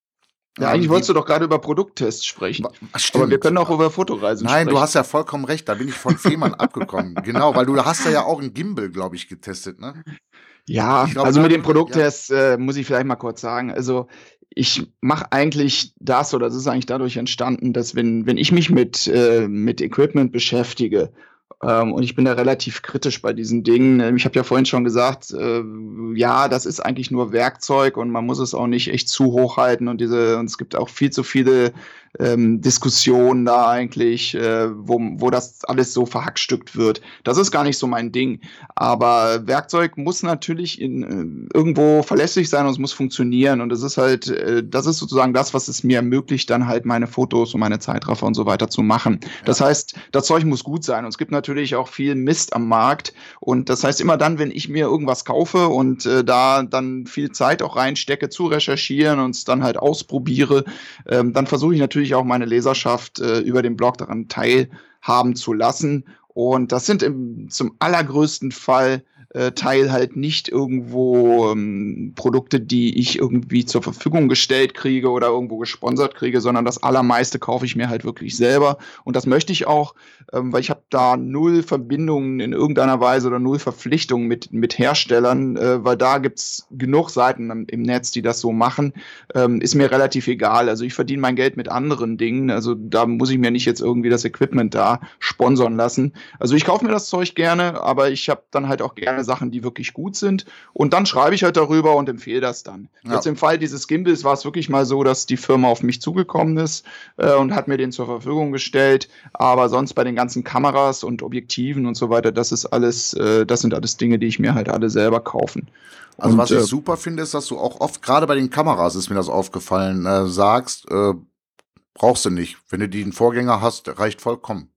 Ja, Ähm, eigentlich die, wolltest du doch gerade über Produkttests sprechen. Wa- Aber wir stimmt. können auch über Fotoreisen Nein, du sprechen. hast ja vollkommen recht, da bin ich von Fehmarn abgekommen. Genau, weil du hast ja auch einen Gimbal, glaube ich, getestet, ne? Ja, Ich glaube, also mit dem darüber, ja. Produkttest äh, muss ich vielleicht mal kurz sagen. Also ich mache eigentlich das, oder das ist eigentlich dadurch entstanden, dass wenn, wenn ich mich mit, äh, mit Equipment beschäftige, ähm, und ich bin da relativ kritisch bei diesen Dingen. Ähm, Ich habe ja vorhin schon gesagt, äh, ja, das ist eigentlich nur Werkzeug und man muss es auch nicht echt zu hoch halten. Und diese, und es gibt auch viel zu viele ähm, Diskussionen da eigentlich, äh, wo, wo das alles so verhackstückt wird. Das ist gar nicht so mein Ding. Aber Werkzeug muss natürlich in, äh, irgendwo verlässlich sein und es muss funktionieren. Und das ist halt, äh, das ist sozusagen das, was es mir ermöglicht, dann halt meine Fotos und meine Zeitraffer und so weiter zu machen. Das Ja. heißt, das Zeug muss gut sein. Und es gibt natürlich auch viel Mist am Markt. Und das heißt, immer dann, wenn ich mir irgendwas kaufe und äh, da dann viel Zeit auch reinstecke zu recherchieren und es dann halt ausprobiere, ähm, dann versuche ich natürlich auch meine Leserschaft äh, über den Blog daran teilhaben zu lassen. Und das sind im, zum allergrößten Fall äh, Teil halt nicht irgendwo ähm, Produkte, die ich irgendwie zur Verfügung gestellt kriege oder irgendwo gesponsert kriege, sondern das allermeiste kaufe ich mir halt wirklich selber. Und das möchte ich auch, ähm, weil ich habe da null Verbindungen in irgendeiner Weise oder null Verpflichtungen mit, mit Herstellern, äh, weil da gibt's genug Seiten im, im Netz, die das so machen. Ähm, ist mir relativ egal. Also ich verdiene mein Geld mit anderen Dingen. Also da muss ich mir nicht jetzt irgendwie das Equipment da sponsern lassen. Also ich kaufe mir das Zeug gerne, aber ich habe dann halt auch gerne Sachen, die wirklich gut sind. Und dann schreibe ich halt darüber und empfehle das dann. Ja. Jetzt im Fall dieses Gimbals war es wirklich mal so, dass die Firma auf mich zugekommen ist äh, und hat mir den zur Verfügung gestellt. Aber sonst bei den ganzen Kameras und Objektiven und so weiter, das ist alles, äh, das sind alles Dinge, die ich mir halt alle selber kaufen. Also Und, was ich äh, super finde, ist, dass du auch oft, gerade bei den Kameras ist mir das aufgefallen, äh, sagst, äh, brauchst du nicht. Wenn du den Vorgänger hast, reicht vollkommen.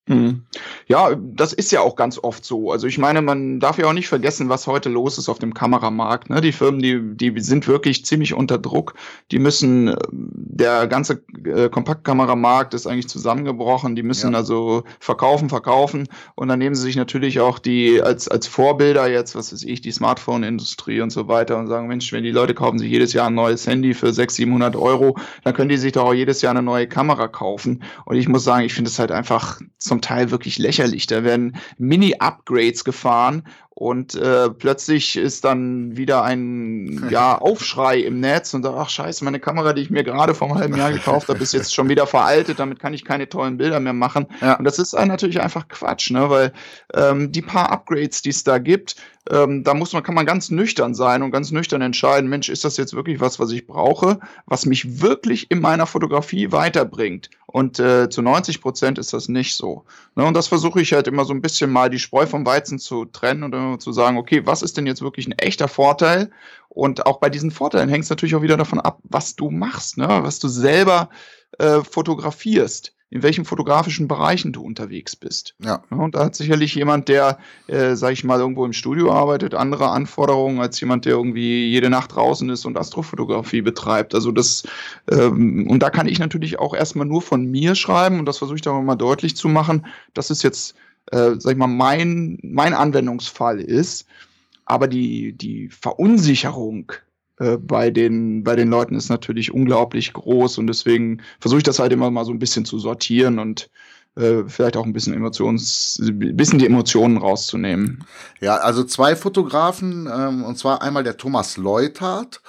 Mhm. Ja, das ist ja auch ganz oft so. Also ich meine, man darf ja auch nicht vergessen, was heute los ist auf dem Kameramarkt, ne? Die Firmen, die die sind wirklich ziemlich unter Druck. Die müssen äh, der ganze, äh, Kompaktkameramarkt ist eigentlich zusammengebrochen. Die müssen Ja. also verkaufen, verkaufen und dann nehmen sie sich natürlich auch die als als Vorbilder jetzt, was weiß ich, die Smartphone-Industrie und so weiter und sagen: „Mensch, wenn die Leute kaufen sich jedes Jahr ein neues Handy für sechshundert, siebenhundert Euro, dann können die sich doch auch jedes Jahr eine neue Kamera kaufen." Und ich muss sagen, ich finde es halt einfach zum Teil wirklich lächerlich. Da werden Mini-Upgrades gefahren und äh, plötzlich ist dann wieder ein ja, Aufschrei im Netz und sagt, ach scheiße, meine Kamera, die ich mir gerade vor einem halben Jahr gekauft habe, ist jetzt schon wieder veraltet, damit kann ich keine tollen Bilder mehr machen. Ja. Und das ist äh, natürlich einfach Quatsch, ne? Weil ähm, die paar Upgrades, die es da gibt, ähm, da muss man, kann man ganz nüchtern sein und ganz nüchtern entscheiden, Mensch, ist das jetzt wirklich was, was ich brauche, was mich wirklich in meiner Fotografie weiterbringt? Und äh, zu neunzig Prozent ist das nicht so. Ne? Und das versuche ich halt immer so ein bisschen mal die Spreu vom Weizen zu trennen und immer zu sagen, okay, was ist denn jetzt wirklich ein echter Vorteil? Und auch bei diesen Vorteilen hängt es natürlich auch wieder davon ab, was du machst, ne? Was du selber äh, fotografierst, in welchen fotografischen Bereichen du unterwegs bist. Ja. Ja, und da hat sicherlich jemand, der, äh, sage ich mal, irgendwo im Studio arbeitet, andere Anforderungen als jemand, der irgendwie jede Nacht draußen ist und Astrofotografie betreibt. Also das, ähm, und da kann ich natürlich auch erstmal nur von mir schreiben und das versuche ich da auch mal deutlich zu machen, dass es jetzt, äh, sag ich mal, mein, mein Anwendungsfall ist. Aber die, die Verunsicherung äh, bei den, bei den Leuten ist natürlich unglaublich groß und deswegen versuche ich das halt immer mal so ein bisschen zu sortieren und äh, vielleicht auch ein bisschen Emotions, ein bisschen die Emotionen rauszunehmen. Ja, also zwei Fotografen, ähm, und zwar einmal der Thomas Leuthardt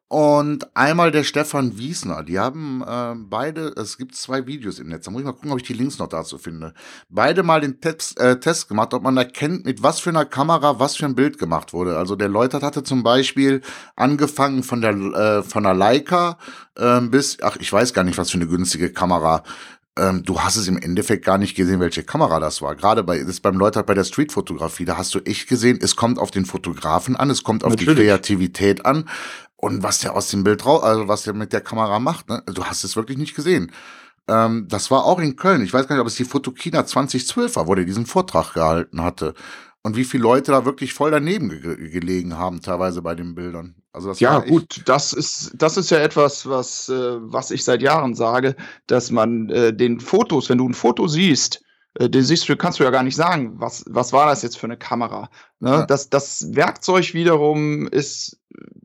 und einmal der Stefan Wiesner. Die haben äh, beide, es gibt zwei Videos im Netz, da muss ich mal gucken, ob ich die Links noch dazu finde. Beide mal den Test, äh, Test gemacht, ob man erkennt, mit was für einer Kamera was für ein Bild gemacht wurde. Also der Leuthardt hatte zum Beispiel angefangen von der, äh, von der Leica äh, bis, ach, ich weiß gar nicht, was für eine günstige Kamera. Ähm, du hast es im Endeffekt gar nicht gesehen, welche Kamera das war. Gerade bei, das ist beim Leuthardt bei der Streetfotografie, da hast du echt gesehen, es kommt auf den Fotografen an, es kommt auf Natürlich. die Kreativität an und was der aus dem Bild raus, also was der mit der Kamera macht, ne? Du hast es wirklich nicht gesehen. Ähm, das war auch in Köln. Ich weiß gar nicht, ob es die Fotokina zwanzig zwölf war, wo der diesen Vortrag gehalten hatte. Und wie viele Leute da wirklich voll daneben ge gelegen haben, teilweise bei den Bildern. Also das Ja, war echt, gut, das ist, das ist ja etwas, was, äh, was ich seit Jahren sage, dass man äh, den Fotos, wenn du ein Foto siehst, äh, den siehst du, kannst du ja gar nicht sagen, was, was war das jetzt für eine Kamera. Ne? Ja. Das, das Werkzeug wiederum ist,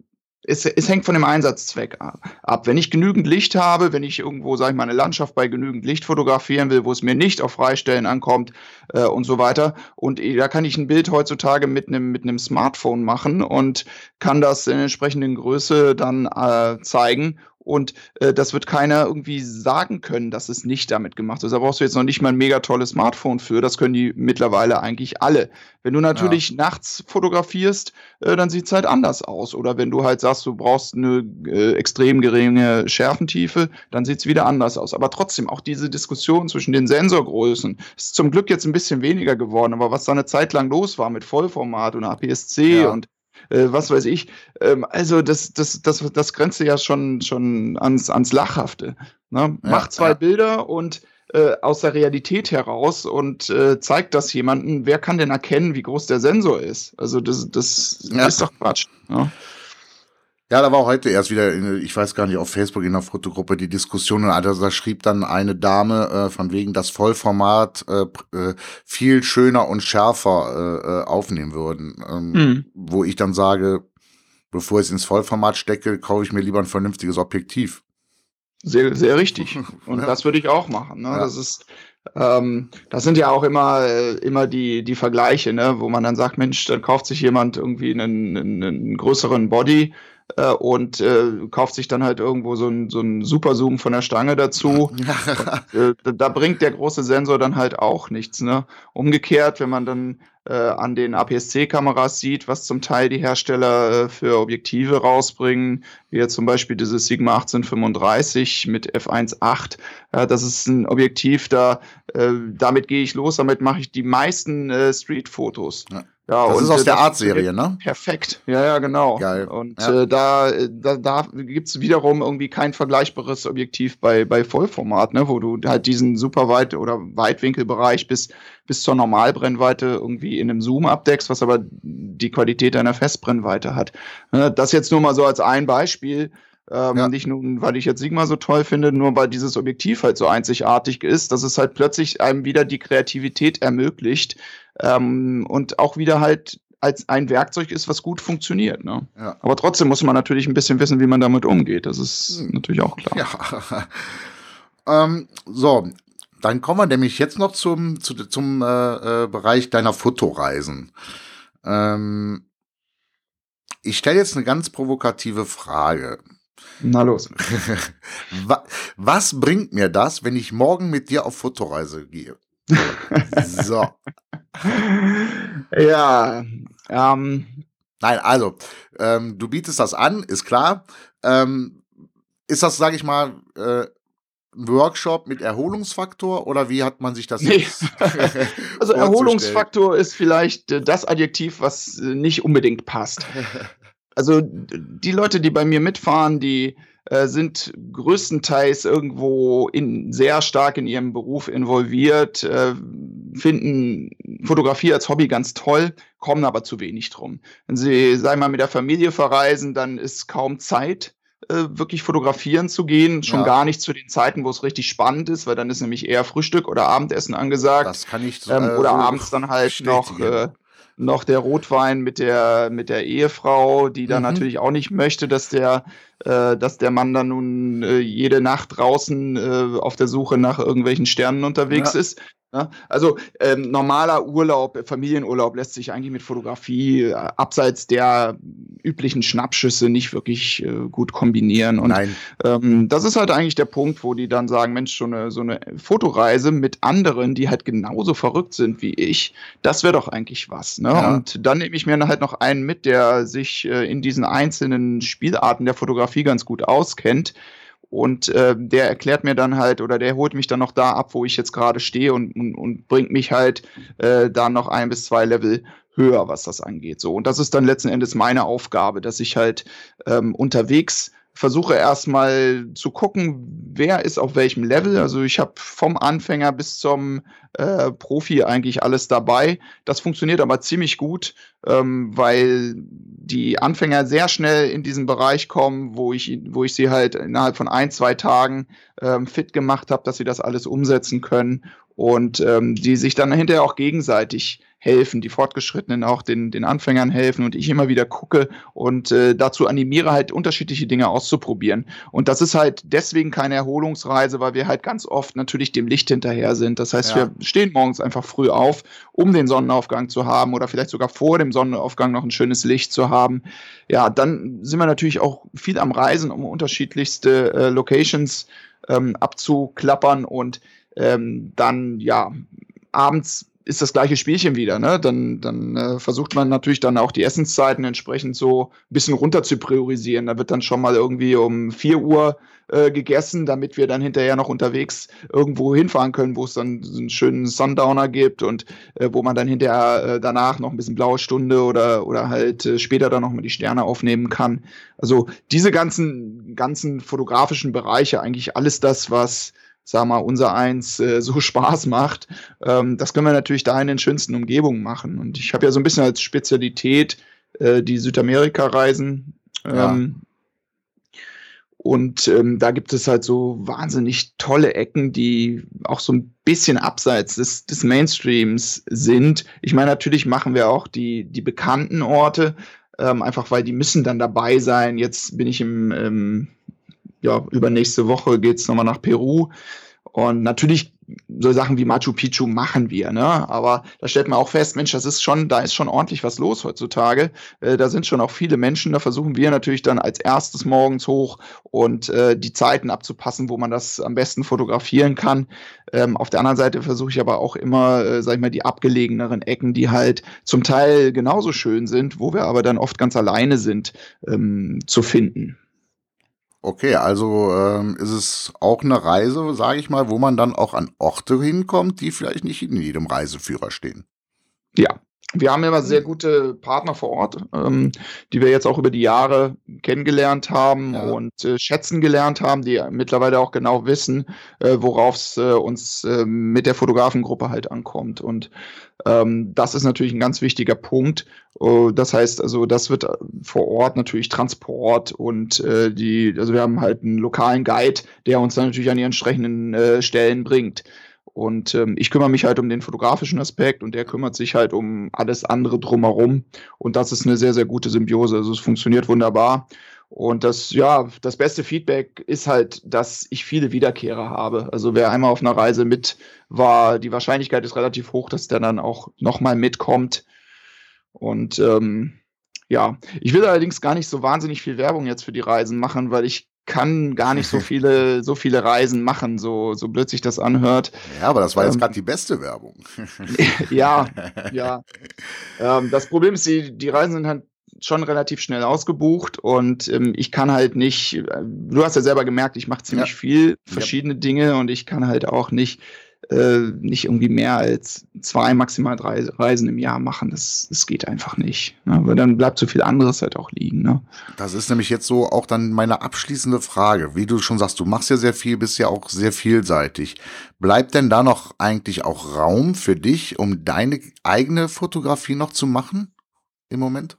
es, es hängt von dem Einsatzzweck ab. Wenn ich genügend Licht habe, wenn ich irgendwo, sage ich mal, eine Landschaft bei genügend Licht fotografieren will, wo es mir nicht auf Freistellen ankommt äh, und so weiter. Und da kann ich ein Bild heutzutage mit einem mit einem Smartphone machen und kann das in entsprechenden Größe dann äh, zeigen. Und äh, das wird keiner irgendwie sagen können, dass es nicht damit gemacht ist. Da brauchst du jetzt noch nicht mal ein mega tolles Smartphone für. Das können die mittlerweile eigentlich alle. Wenn du natürlich nachts fotografierst, äh, dann sieht es halt anders aus. Oder wenn du halt sagst, du brauchst eine äh, extrem geringe Schärfentiefe, dann sieht es wieder anders aus. Aber trotzdem, auch diese Diskussion zwischen den Sensorgrößen ist zum Glück jetzt ein bisschen weniger geworden. Aber was da eine Zeit lang los war mit Vollformat und A P S C Ja. und äh, was weiß ich, ähm, also das, das, das, das grenzt ja schon, schon ans, ans Lachhafte. Ne? Ja, Mach zwei ja. Bilder und äh, aus der Realität heraus und äh, zeigt das jemandem, wer kann denn erkennen, wie groß der Sensor ist? Also das, das Ja. ist doch Quatsch. Ne? Ja, da war heute erst wieder, in, ich weiß gar nicht, auf Facebook in der Fotogruppe die Diskussion, also da schrieb dann eine Dame äh, von wegen, das Vollformat äh, äh, viel schöner und schärfer äh, äh, aufnehmen würden. Ähm, Hm. Wo ich dann sage, bevor ich es ins Vollformat stecke, kaufe ich mir lieber ein vernünftiges Objektiv. Sehr, sehr richtig. Und Ja. das würde ich auch machen. Ne? Ja. Das ist, ähm, das sind ja auch immer, äh, immer die, die Vergleiche, ne? Wo man dann sagt, Mensch, dann kauft sich jemand irgendwie einen, einen, einen größeren Body äh, und äh, kauft sich dann halt irgendwo so ein, so ein Superzoom von der Stange dazu. äh, da, da bringt der große Sensor dann halt auch nichts. Ne? Umgekehrt, wenn man dann äh, an den A P S C-Kameras sieht, was zum Teil die Hersteller äh, für Objektive rausbringen, wie jetzt zum Beispiel dieses Sigma achtzehn fünfunddreißig mit F eins Punkt acht. Ja, das ist ein Objektiv, da äh, damit gehe ich los, damit mache ich die meisten äh, Street-Fotos. Ja. Ja, Das und ist aus äh, der das Art-Serie, funktioniert ne? perfekt. Ja, ja, genau. Geil. Und Ja. äh, da, äh, da, da gibt es wiederum irgendwie kein vergleichbares Objektiv bei, bei Vollformat, ne, wo du halt diesen super weit oder Weitwinkelbereich bis, bis zur Normalbrennweite irgendwie in einem Zoom abdeckst, was aber die Qualität einer Festbrennweite hat. Ne, das jetzt nur mal so als ein Beispiel. Ähm, Ja. nicht nur, weil ich jetzt Sigma so toll finde, nur weil dieses Objektiv halt so einzigartig ist, dass es halt plötzlich einem wieder die Kreativität ermöglicht, ähm, und auch wieder halt als ein Werkzeug ist, was gut funktioniert. Ne? Ja. Aber trotzdem muss man natürlich ein bisschen wissen, wie man damit umgeht. Das ist Hm. natürlich auch klar. Ja. ähm, so, dann kommen wir nämlich jetzt noch zum, zu, zum äh, äh, Bereich deiner Fotoreisen. Ähm, ich stelle jetzt eine ganz provokative Frage. Na los. Wa- Was bringt mir das, wenn ich morgen mit dir auf Fotoreise gehe? So. Ja, ähm, Nein, also, ähm, du bietest das an, ist klar. Ähm, ist das, sage ich mal, äh, ein Workshop mit Erholungsfaktor oder wie hat man sich das nee. jetzt Also vorzustellen? Erholungsfaktor ist vielleicht äh, das Adjektiv, was äh, nicht unbedingt passt. Also d- die Leute, die bei mir mitfahren, die äh, sind größtenteils irgendwo in, sehr stark in ihrem Beruf involviert, äh, finden Fotografie als Hobby ganz toll, kommen aber zu wenig drum. Wenn sie, sagen wir mal, mit der Familie verreisen, dann ist kaum Zeit, äh, wirklich fotografieren zu gehen. Schon Ja. gar nicht zu den Zeiten, wo es richtig spannend ist, weil dann ist nämlich eher Frühstück oder Abendessen angesagt. Das kann ich Ähm, äh, oder so abends dann halt noch, bestätigen. äh, noch der Rotwein mit der, mit der Ehefrau, die dann Mhm. natürlich auch nicht möchte, dass der, äh, dass der Mann dann nun äh, jede Nacht draußen äh, auf der Suche nach irgendwelchen Sternen unterwegs Ja. ist. Ne? Also ähm, normaler Urlaub, äh, Familienurlaub lässt sich eigentlich mit Fotografie äh, abseits der üblichen Schnappschüsse nicht wirklich äh, gut kombinieren. Und Nein, ähm, das ist halt eigentlich der Punkt, wo die dann sagen, Mensch, so eine, so eine Fotoreise mit anderen, die halt genauso verrückt sind wie ich, das wäre doch eigentlich was. Ne? Ja. Und dann nehme ich mir halt noch einen mit, der sich äh, in diesen einzelnen Spielarten der Fotografie ganz gut auskennt. Und äh, der erklärt mir dann halt oder der holt mich dann noch da ab, wo ich jetzt gerade stehe und, und, und bringt mich halt äh, da noch ein bis zwei Level höher, was das angeht. So. Und das ist dann letzten Endes meine Aufgabe, dass ich halt ähm, unterwegs versuche erstmal zu gucken, wer ist auf welchem Level. Also ich habe vom Anfänger bis zum äh, Profi eigentlich alles dabei. Das funktioniert aber ziemlich gut, ähm, weil die Anfänger sehr schnell in diesen Bereich kommen, wo ich, wo ich sie halt innerhalb von ein, zwei Tagen ähm, fit gemacht habe, dass sie das alles umsetzen können und ähm, die sich dann hinterher auch gegenseitig helfen, die Fortgeschrittenen auch den, den Anfängern helfen und ich immer wieder gucke und äh, dazu animiere, halt unterschiedliche Dinge auszuprobieren. Und das ist halt deswegen keine Erholungsreise, weil wir halt ganz oft natürlich dem Licht hinterher sind. Das heißt, Ja. wir stehen morgens einfach früh auf, um den Sonnenaufgang zu haben oder vielleicht sogar vor dem Sonnenaufgang noch ein schönes Licht zu haben. Ja, dann sind wir natürlich auch viel am Reisen, um unterschiedlichste äh, Locations ähm, abzuklappern und ähm, dann, ja, abends ist das gleiche Spielchen wieder, ne? Dann, dann äh, versucht man natürlich dann auch die Essenszeiten entsprechend so ein bisschen runter zu priorisieren. Da wird dann schon mal irgendwie um vier Uhr äh, gegessen, damit wir dann hinterher noch unterwegs irgendwo hinfahren können, wo es dann so einen schönen Sundowner gibt und äh, wo man dann hinterher äh, danach noch ein bisschen blaue Stunde oder, oder halt äh, später dann noch mal die Sterne aufnehmen kann. Also diese ganzen, ganzen fotografischen Bereiche, eigentlich alles das, was sag mal, unser Eins äh, so Spaß macht, ähm, das können wir natürlich da in den schönsten Umgebungen machen. Und ich habe ja so ein bisschen als Spezialität äh, die Südamerika-Reisen. Ähm, ja. Und ähm, da gibt es halt so wahnsinnig tolle Ecken, die auch so ein bisschen abseits des, des Mainstreams sind. Ich meine, natürlich machen wir auch die, die bekannten Orte, ähm, einfach weil die müssen dann dabei sein. Jetzt bin ich im ähm, ja, übernächste Woche geht's nochmal nach Peru. Und natürlich so Sachen wie Machu Picchu machen wir, ne? Aber da stellt man auch fest, Mensch, das ist schon, da ist schon ordentlich was los heutzutage. Äh, da sind schon auch viele Menschen. Da versuchen wir natürlich dann als erstes morgens hoch und äh, die Zeiten abzupassen, wo man das am besten fotografieren kann. Ähm, auf der anderen Seite versuche ich aber auch immer, äh, sag ich mal, die abgelegeneren Ecken, die halt zum Teil genauso schön sind, wo wir aber dann oft ganz alleine sind, ähm, zu finden. Okay, also ähm, ist es auch eine Reise, sage ich mal, wo man dann auch an Orte hinkommt, die vielleicht nicht in jedem Reiseführer stehen. Ja, Wir haben immer sehr gute Partner vor Ort, ähm, die wir jetzt auch über die Jahre kennengelernt haben Ja. und äh, schätzen gelernt haben, die mittlerweile auch genau wissen, äh, worauf es äh, uns äh, mit der Fotografengruppe halt ankommt. Und ähm, das ist natürlich ein ganz wichtiger Punkt. Uh, das heißt, also das wird vor Ort natürlich Transport und äh, die, also wir haben halt einen lokalen Guide, der uns dann natürlich an die entsprechenden äh, Stellen bringt. Und ähm, ich kümmere mich halt um den fotografischen Aspekt und der kümmert sich halt um alles andere drumherum. Und das ist eine sehr, sehr gute Symbiose. Also es funktioniert wunderbar. Und das, ja, das beste Feedback ist halt, dass ich viele Wiederkehrer habe. Also wer einmal auf einer Reise mit war, die Wahrscheinlichkeit ist relativ hoch, dass der dann auch nochmal mitkommt. Und ähm, ja, ich will allerdings gar nicht so wahnsinnig viel Werbung jetzt für die Reisen machen, weil ich kann gar nicht so viele, so viele Reisen machen, so, so blöd sich das anhört. Ja, aber das war jetzt Ähm, gerade die beste Werbung. Ja, ja. Ähm, das Problem ist, die, die Reisen sind halt schon relativ schnell ausgebucht und ähm, ich kann halt nicht, äh, du hast ja selber gemerkt, ich mache ziemlich Ja. viel verschiedene Dinge und ich kann halt auch nicht, äh, nicht irgendwie mehr als zwei, maximal drei Reisen im Jahr machen. Das, das geht einfach nicht. Ne? Weil dann bleibt so viel anderes halt auch liegen. Ne? Das ist nämlich jetzt so auch dann meine abschließende Frage. Wie du schon sagst, du machst ja sehr viel, bist ja auch sehr vielseitig. Bleibt denn da noch eigentlich auch Raum für dich, um deine eigene Fotografie noch zu machen im Moment?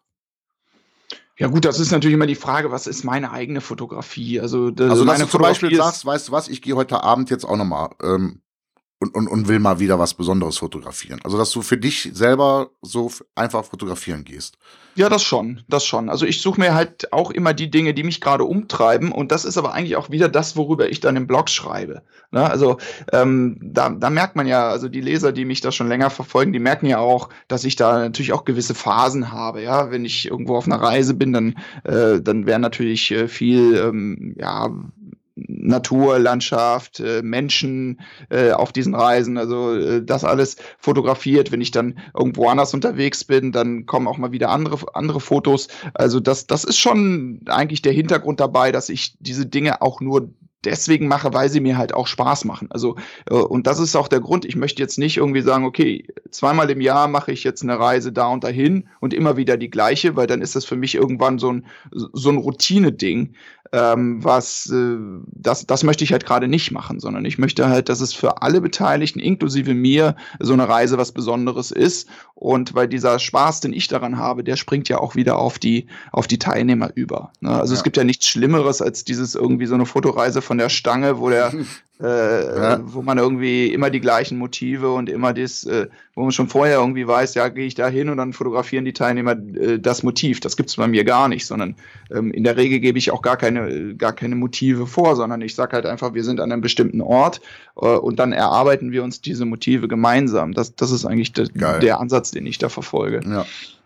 Ja gut, das ist natürlich immer die Frage, was ist meine eigene Fotografie? Also, d- Also, dass meine du zum Beispiel Fotografie sagst, weißt du was, ich gehe heute Abend jetzt auch nochmal ähm, und, und, und will mal wieder was Besonderes fotografieren. Also, dass du für dich selber so f- einfach fotografieren gehst. Ja, das schon, das schon. Also ich suche mir halt auch immer die Dinge, die mich gerade umtreiben. Und das ist aber eigentlich auch wieder das, worüber ich dann im Blog schreibe. Ne? Also ähm, da, da merkt man ja, also die Leser, die mich da schon länger verfolgen, die merken ja auch, dass ich da natürlich auch gewisse Phasen habe. Ja, wenn ich irgendwo auf einer Reise bin, dann, äh, dann wäre natürlich äh, viel, ähm, ja, Natur, Landschaft, äh, Menschen äh, auf diesen Reisen, also äh, das alles fotografiert. Wenn ich dann irgendwo anders unterwegs bin, dann kommen auch mal wieder andere, andere Fotos. Also das, das ist schon eigentlich der Hintergrund dabei, dass ich diese Dinge auch nur deswegen mache, weil sie mir halt auch Spaß machen. Also äh, und das ist auch der Grund. Ich möchte jetzt nicht irgendwie sagen, okay, zweimal im Jahr mache ich jetzt eine Reise da und dahin und immer wieder die gleiche, weil dann ist das für mich irgendwann so ein so ein Routine-Ding. Ähm, was äh, das, das möchte ich halt gerade nicht machen, sondern ich möchte halt, dass es für alle Beteiligten, inklusive mir, so eine Reise was Besonderes ist. Und weil dieser Spaß, den ich daran habe, der springt ja auch wieder auf die, auf die Teilnehmer über. Ne? Also Ja. es gibt ja nichts Schlimmeres als dieses irgendwie so eine Fotoreise von der Stange, wo der äh, Ja. wo man irgendwie immer die gleichen Motive und immer das, äh, wo man schon vorher irgendwie weiß, ja, gehe ich da hin und dann fotografieren die Teilnehmer äh, das Motiv. Das gibt's bei mir gar nicht, sondern ähm, in der Regel gebe ich auch gar keine, gar keine Motive vor, sondern ich sage halt einfach, wir sind an einem bestimmten Ort äh, und dann erarbeiten wir uns diese Motive gemeinsam. Das, das ist eigentlich de, Geil. der Ansatz, den ich da verfolge. Ja.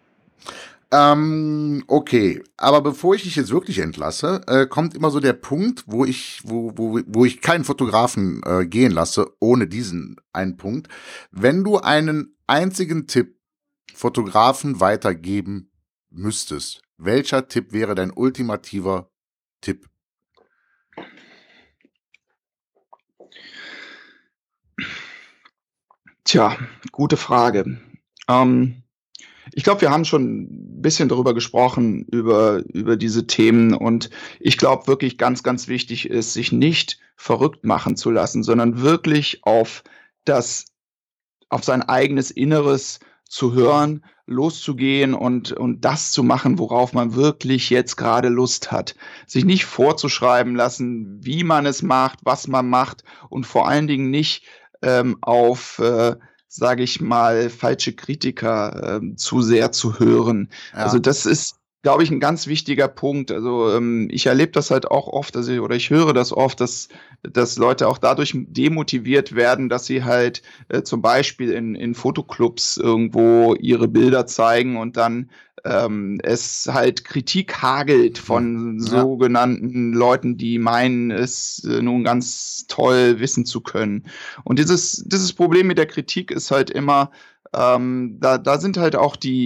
Ähm, okay, aber bevor ich dich jetzt wirklich entlasse, äh, kommt immer so der Punkt, wo ich, wo, wo, wo ich keinen Fotografen äh, gehen lasse, ohne diesen einen Punkt. Wenn du einen einzigen Tipp Fotografen weitergeben müsstest, welcher Tipp wäre dein ultimativer Tipp? Tja, gute Frage. Ähm, Ich glaube, wir haben schon ein bisschen darüber gesprochen, über, über diese Themen. Und ich glaube wirklich ganz, ganz wichtig ist, sich nicht verrückt machen zu lassen, sondern wirklich auf das, auf sein eigenes Inneres zu hören, loszugehen und, und das zu machen, worauf man wirklich jetzt gerade Lust hat. Sich nicht vorzuschreiben lassen, wie man es macht, was man macht und vor allen Dingen nicht ähm, auf, äh, sage ich mal, falsche Kritiker ähm, zu sehr zu hören. Ja. Also das ist, glaube ich, ein ganz wichtiger Punkt. Also ähm, ich erlebe das halt auch oft, dass ich, oder ich höre das oft, dass, dass Leute auch dadurch demotiviert werden, dass sie halt äh, zum Beispiel in, in Fotoclubs irgendwo ihre Bilder zeigen und dann ähm, es halt Kritik hagelt von Ja. sogenannten Leuten, die meinen, es äh, nun ganz toll wissen zu können. Und dieses, dieses Problem mit der Kritik ist halt immer, ähm, da, da sind halt auch die,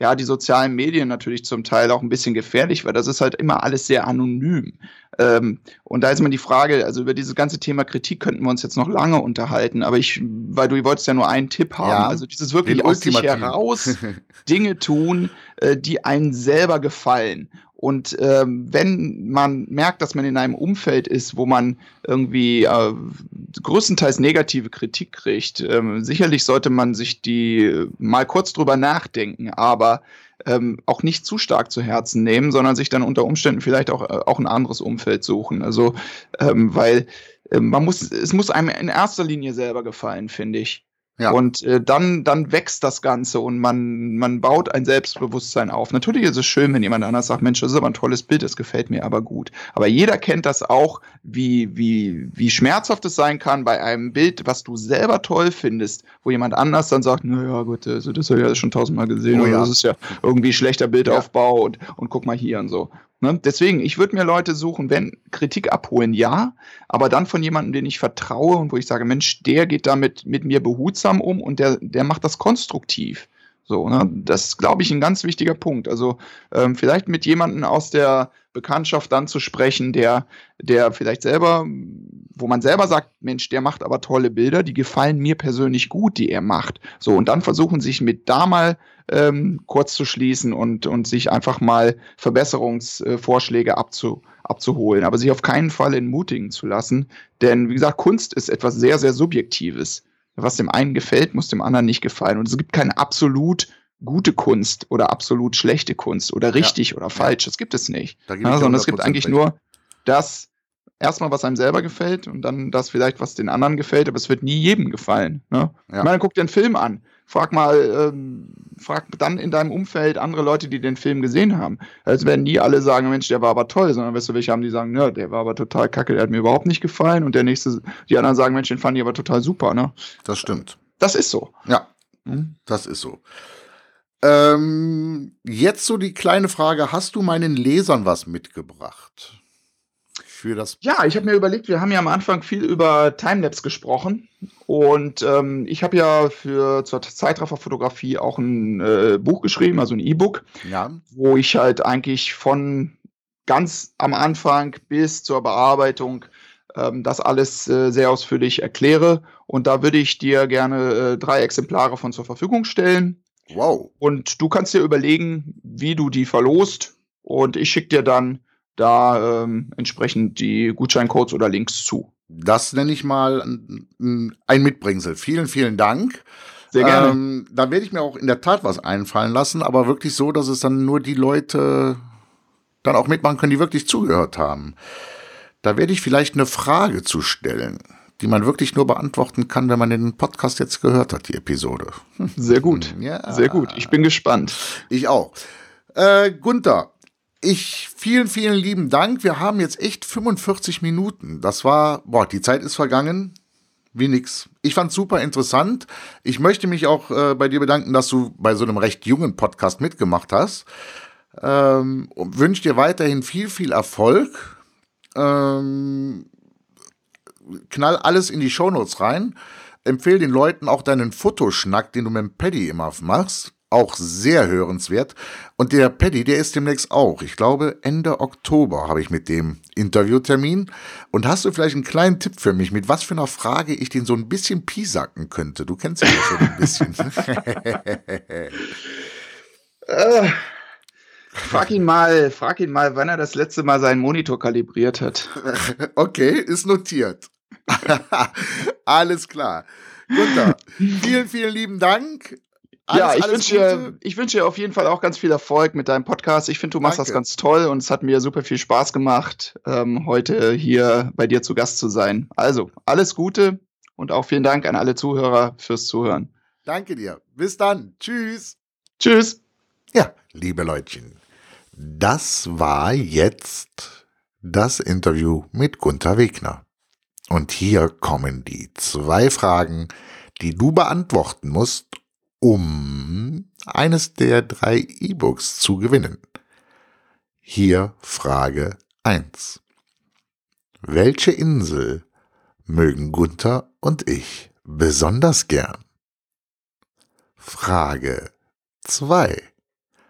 ja, die sozialen Medien natürlich zum Teil auch ein bisschen gefährlich, weil das ist halt immer alles sehr anonym. Ähm, und da ist immer die Frage, also über dieses ganze Thema Kritik könnten wir uns jetzt noch lange unterhalten, aber ich, weil du wolltest ja nur einen Tipp haben, Ja, also dieses wirklich den aus sich ultimativen. heraus Dinge tun, äh, die einem selber gefallen. Und ähm, wenn man merkt, dass man in einem Umfeld ist, wo man irgendwie äh, größtenteils negative Kritik kriegt, ähm, sicherlich sollte man sich die mal kurz drüber nachdenken, aber ähm, auch nicht zu stark zu Herzen nehmen, sondern sich dann unter Umständen vielleicht auch, äh, auch ein anderes Umfeld suchen. Also, ähm, weil äh, man muss, es muss einem in erster Linie selber gefallen, finde ich. Ja. Und äh, dann, dann wächst das Ganze und man, man baut ein Selbstbewusstsein auf. Natürlich ist es schön, wenn jemand anders sagt, Mensch, das ist aber ein tolles Bild, das gefällt mir aber gut. Aber jeder kennt das auch, wie, wie, wie schmerzhaft es sein kann bei einem Bild, was du selber toll findest, wo jemand anders dann sagt, naja gut, also das habe ich ja schon tausendmal gesehen, Oh oder ja. das ist ja irgendwie schlechter Bildaufbau Ja. und, und guck mal hier und so. Ne? Deswegen, ich würde mir Leute suchen, wenn Kritik abholen, ja, aber dann von jemandem, den ich vertraue und wo ich sage, Mensch, der geht damit mit mir behutsam um und der, der macht das konstruktiv. So, ne? Das ist, glaube ich, ein ganz wichtiger Punkt. Also ähm, vielleicht mit jemandem aus der Bekanntschaft dann zu sprechen, der, der vielleicht selber, wo man selber sagt, Mensch, der macht aber tolle Bilder, die gefallen mir persönlich gut, die er macht. So, und dann versuchen sich mit da mal ähm, kurz zu schließen und, und sich einfach mal Verbesserungsvorschläge abzu, abzuholen, aber sich auf keinen Fall entmutigen zu lassen, denn wie gesagt, Kunst ist etwas sehr, sehr Subjektives. Was dem einen gefällt, muss dem anderen nicht gefallen. Und es gibt keine absolut gute Kunst oder absolut schlechte Kunst oder richtig Ja. oder falsch. Das gibt es nicht. Da gebe ich Ja, dir sondern es gibt hundert Prozent eigentlich recht. nur das, erstmal, was einem selber gefällt und dann das vielleicht, was den anderen gefällt, aber es wird nie jedem gefallen. Ne? Ja. Ich meine, guck dir einen Film an. Frag mal, ähm, frag dann in deinem Umfeld andere Leute, die den Film gesehen haben. Es werden nie alle sagen, Mensch, der war aber toll, sondern weißt du, welche haben, die sagen, ja, der war aber total kacke, der hat mir überhaupt nicht gefallen und der nächste, die anderen sagen, Mensch, den fand ich aber total super, ne? Das stimmt. Das ist so. Ja, Hm? das ist so. Ähm, jetzt so die kleine Frage, hast du meinen Lesern was mitgebracht? Für das Ja, ich habe mir überlegt, wir haben ja am Anfang viel über Timelapse gesprochen und ähm, ich habe ja für zur Zeitrafferfotografie auch ein äh, Buch geschrieben, also ein E-Book, Ja, wo ich halt eigentlich von ganz am Anfang bis zur Bearbeitung ähm, das alles äh, sehr ausführlich erkläre und da würde ich dir gerne äh, drei Exemplare von zur Verfügung stellen wow. und du kannst dir überlegen, wie du die verlost und ich schicke dir dann da ähm, entsprechend die Gutscheincodes oder Links zu. Das nenne ich mal ein, ein Mitbringsel. Vielen, vielen Dank. Sehr gerne. Ähm, da werde ich mir auch in der Tat was einfallen lassen, aber wirklich so, dass es dann nur die Leute dann auch mitmachen können, die wirklich zugehört haben. Da werde ich vielleicht eine Frage zu stellen, die man wirklich nur beantworten kann, wenn man den Podcast jetzt gehört hat, die Episode. Sehr gut. Ja. Sehr gut. Ich bin gespannt. Ich auch. Äh, Gunther, ich, vielen, vielen lieben Dank. Wir haben jetzt echt fünfundvierzig Minuten. Das war, boah, die Zeit ist vergangen. Wie nix. Ich fand's super interessant. Ich möchte mich auch äh, bei dir bedanken, dass du bei so einem recht jungen Podcast mitgemacht hast. Ähm, und wünsche dir weiterhin viel, viel Erfolg. Ähm, knall alles in die Shownotes rein. Empfehle den Leuten auch deinen Fotoschnack, den du mit dem Paddy immer machst. Auch sehr hörenswert. Und der Paddy, der ist demnächst auch. Ich glaube, Ende Oktober habe ich mit dem Interviewtermin. Und hast du vielleicht einen kleinen Tipp für mich, mit was für einer Frage ich den so ein bisschen piesacken könnte? Du kennst ihn ja schon ein bisschen. äh, frag ihn mal, frag ihn mal, wann er das letzte Mal seinen Monitor kalibriert hat. Okay, ist notiert. Alles klar. Gunther, vielen, vielen lieben Dank. Alles, ja, ich alles wünsche dir, ich wünsche dir auf jeden Fall auch ganz viel Erfolg mit deinem Podcast. Ich finde, du machst Danke. das ganz toll und es hat mir super viel Spaß gemacht, ähm, heute hier bei dir zu Gast zu sein. Also, alles Gute und auch vielen Dank an alle Zuhörer fürs Zuhören. Danke dir. Bis dann. Tschüss. Tschüss. Ja, liebe Leutchen, das war jetzt das Interview mit Gunther Wegner. Und hier kommen die zwei Fragen, die du beantworten musst, um eines der drei E-Books zu gewinnen. Hier Frage eins. Welche Insel mögen Gunther und ich besonders gern? Frage zwei.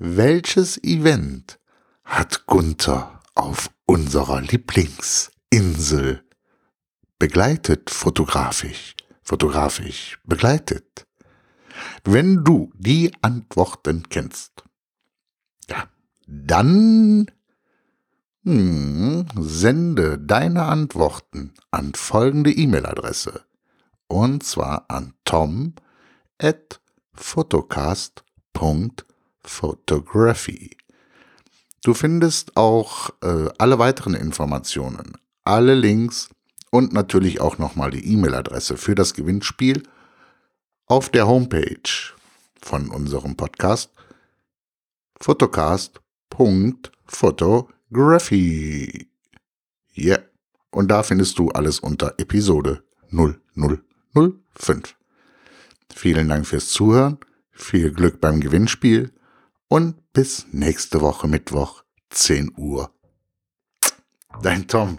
welches Event hat Gunther auf unserer Lieblingsinsel begleitet, fotografisch, fotografisch begleitet? Wenn du die Antworten kennst, ja, dann hm, sende deine Antworten an folgende E-Mail-Adresse, und zwar an tom at photocast punkt photography. Du findest auch äh, alle weiteren Informationen, alle Links und natürlich auch nochmal die E-Mail-Adresse für das Gewinnspiel auf der Homepage von unserem Podcast photocast punkt photography. Ja, yeah. Und da findest du alles unter Episode null null null fünf. Vielen Dank fürs Zuhören, viel Glück beim Gewinnspiel und bis nächste Woche Mittwoch, zehn Uhr. Dein Tom.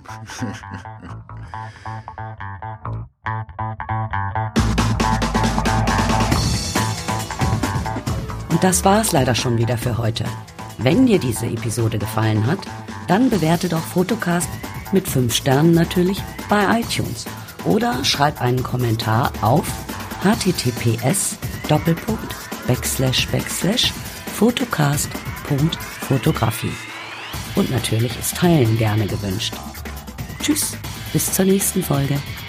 Und das war's leider schon wieder für heute. Wenn dir diese Episode gefallen hat, dann bewerte doch Photocast mit fünf Sternen natürlich bei iTunes oder schreib einen Kommentar auf https doppelpunkt backslash backslash photocast punkt photography. Und natürlich ist Teilen gerne gewünscht. Tschüss, bis zur nächsten Folge.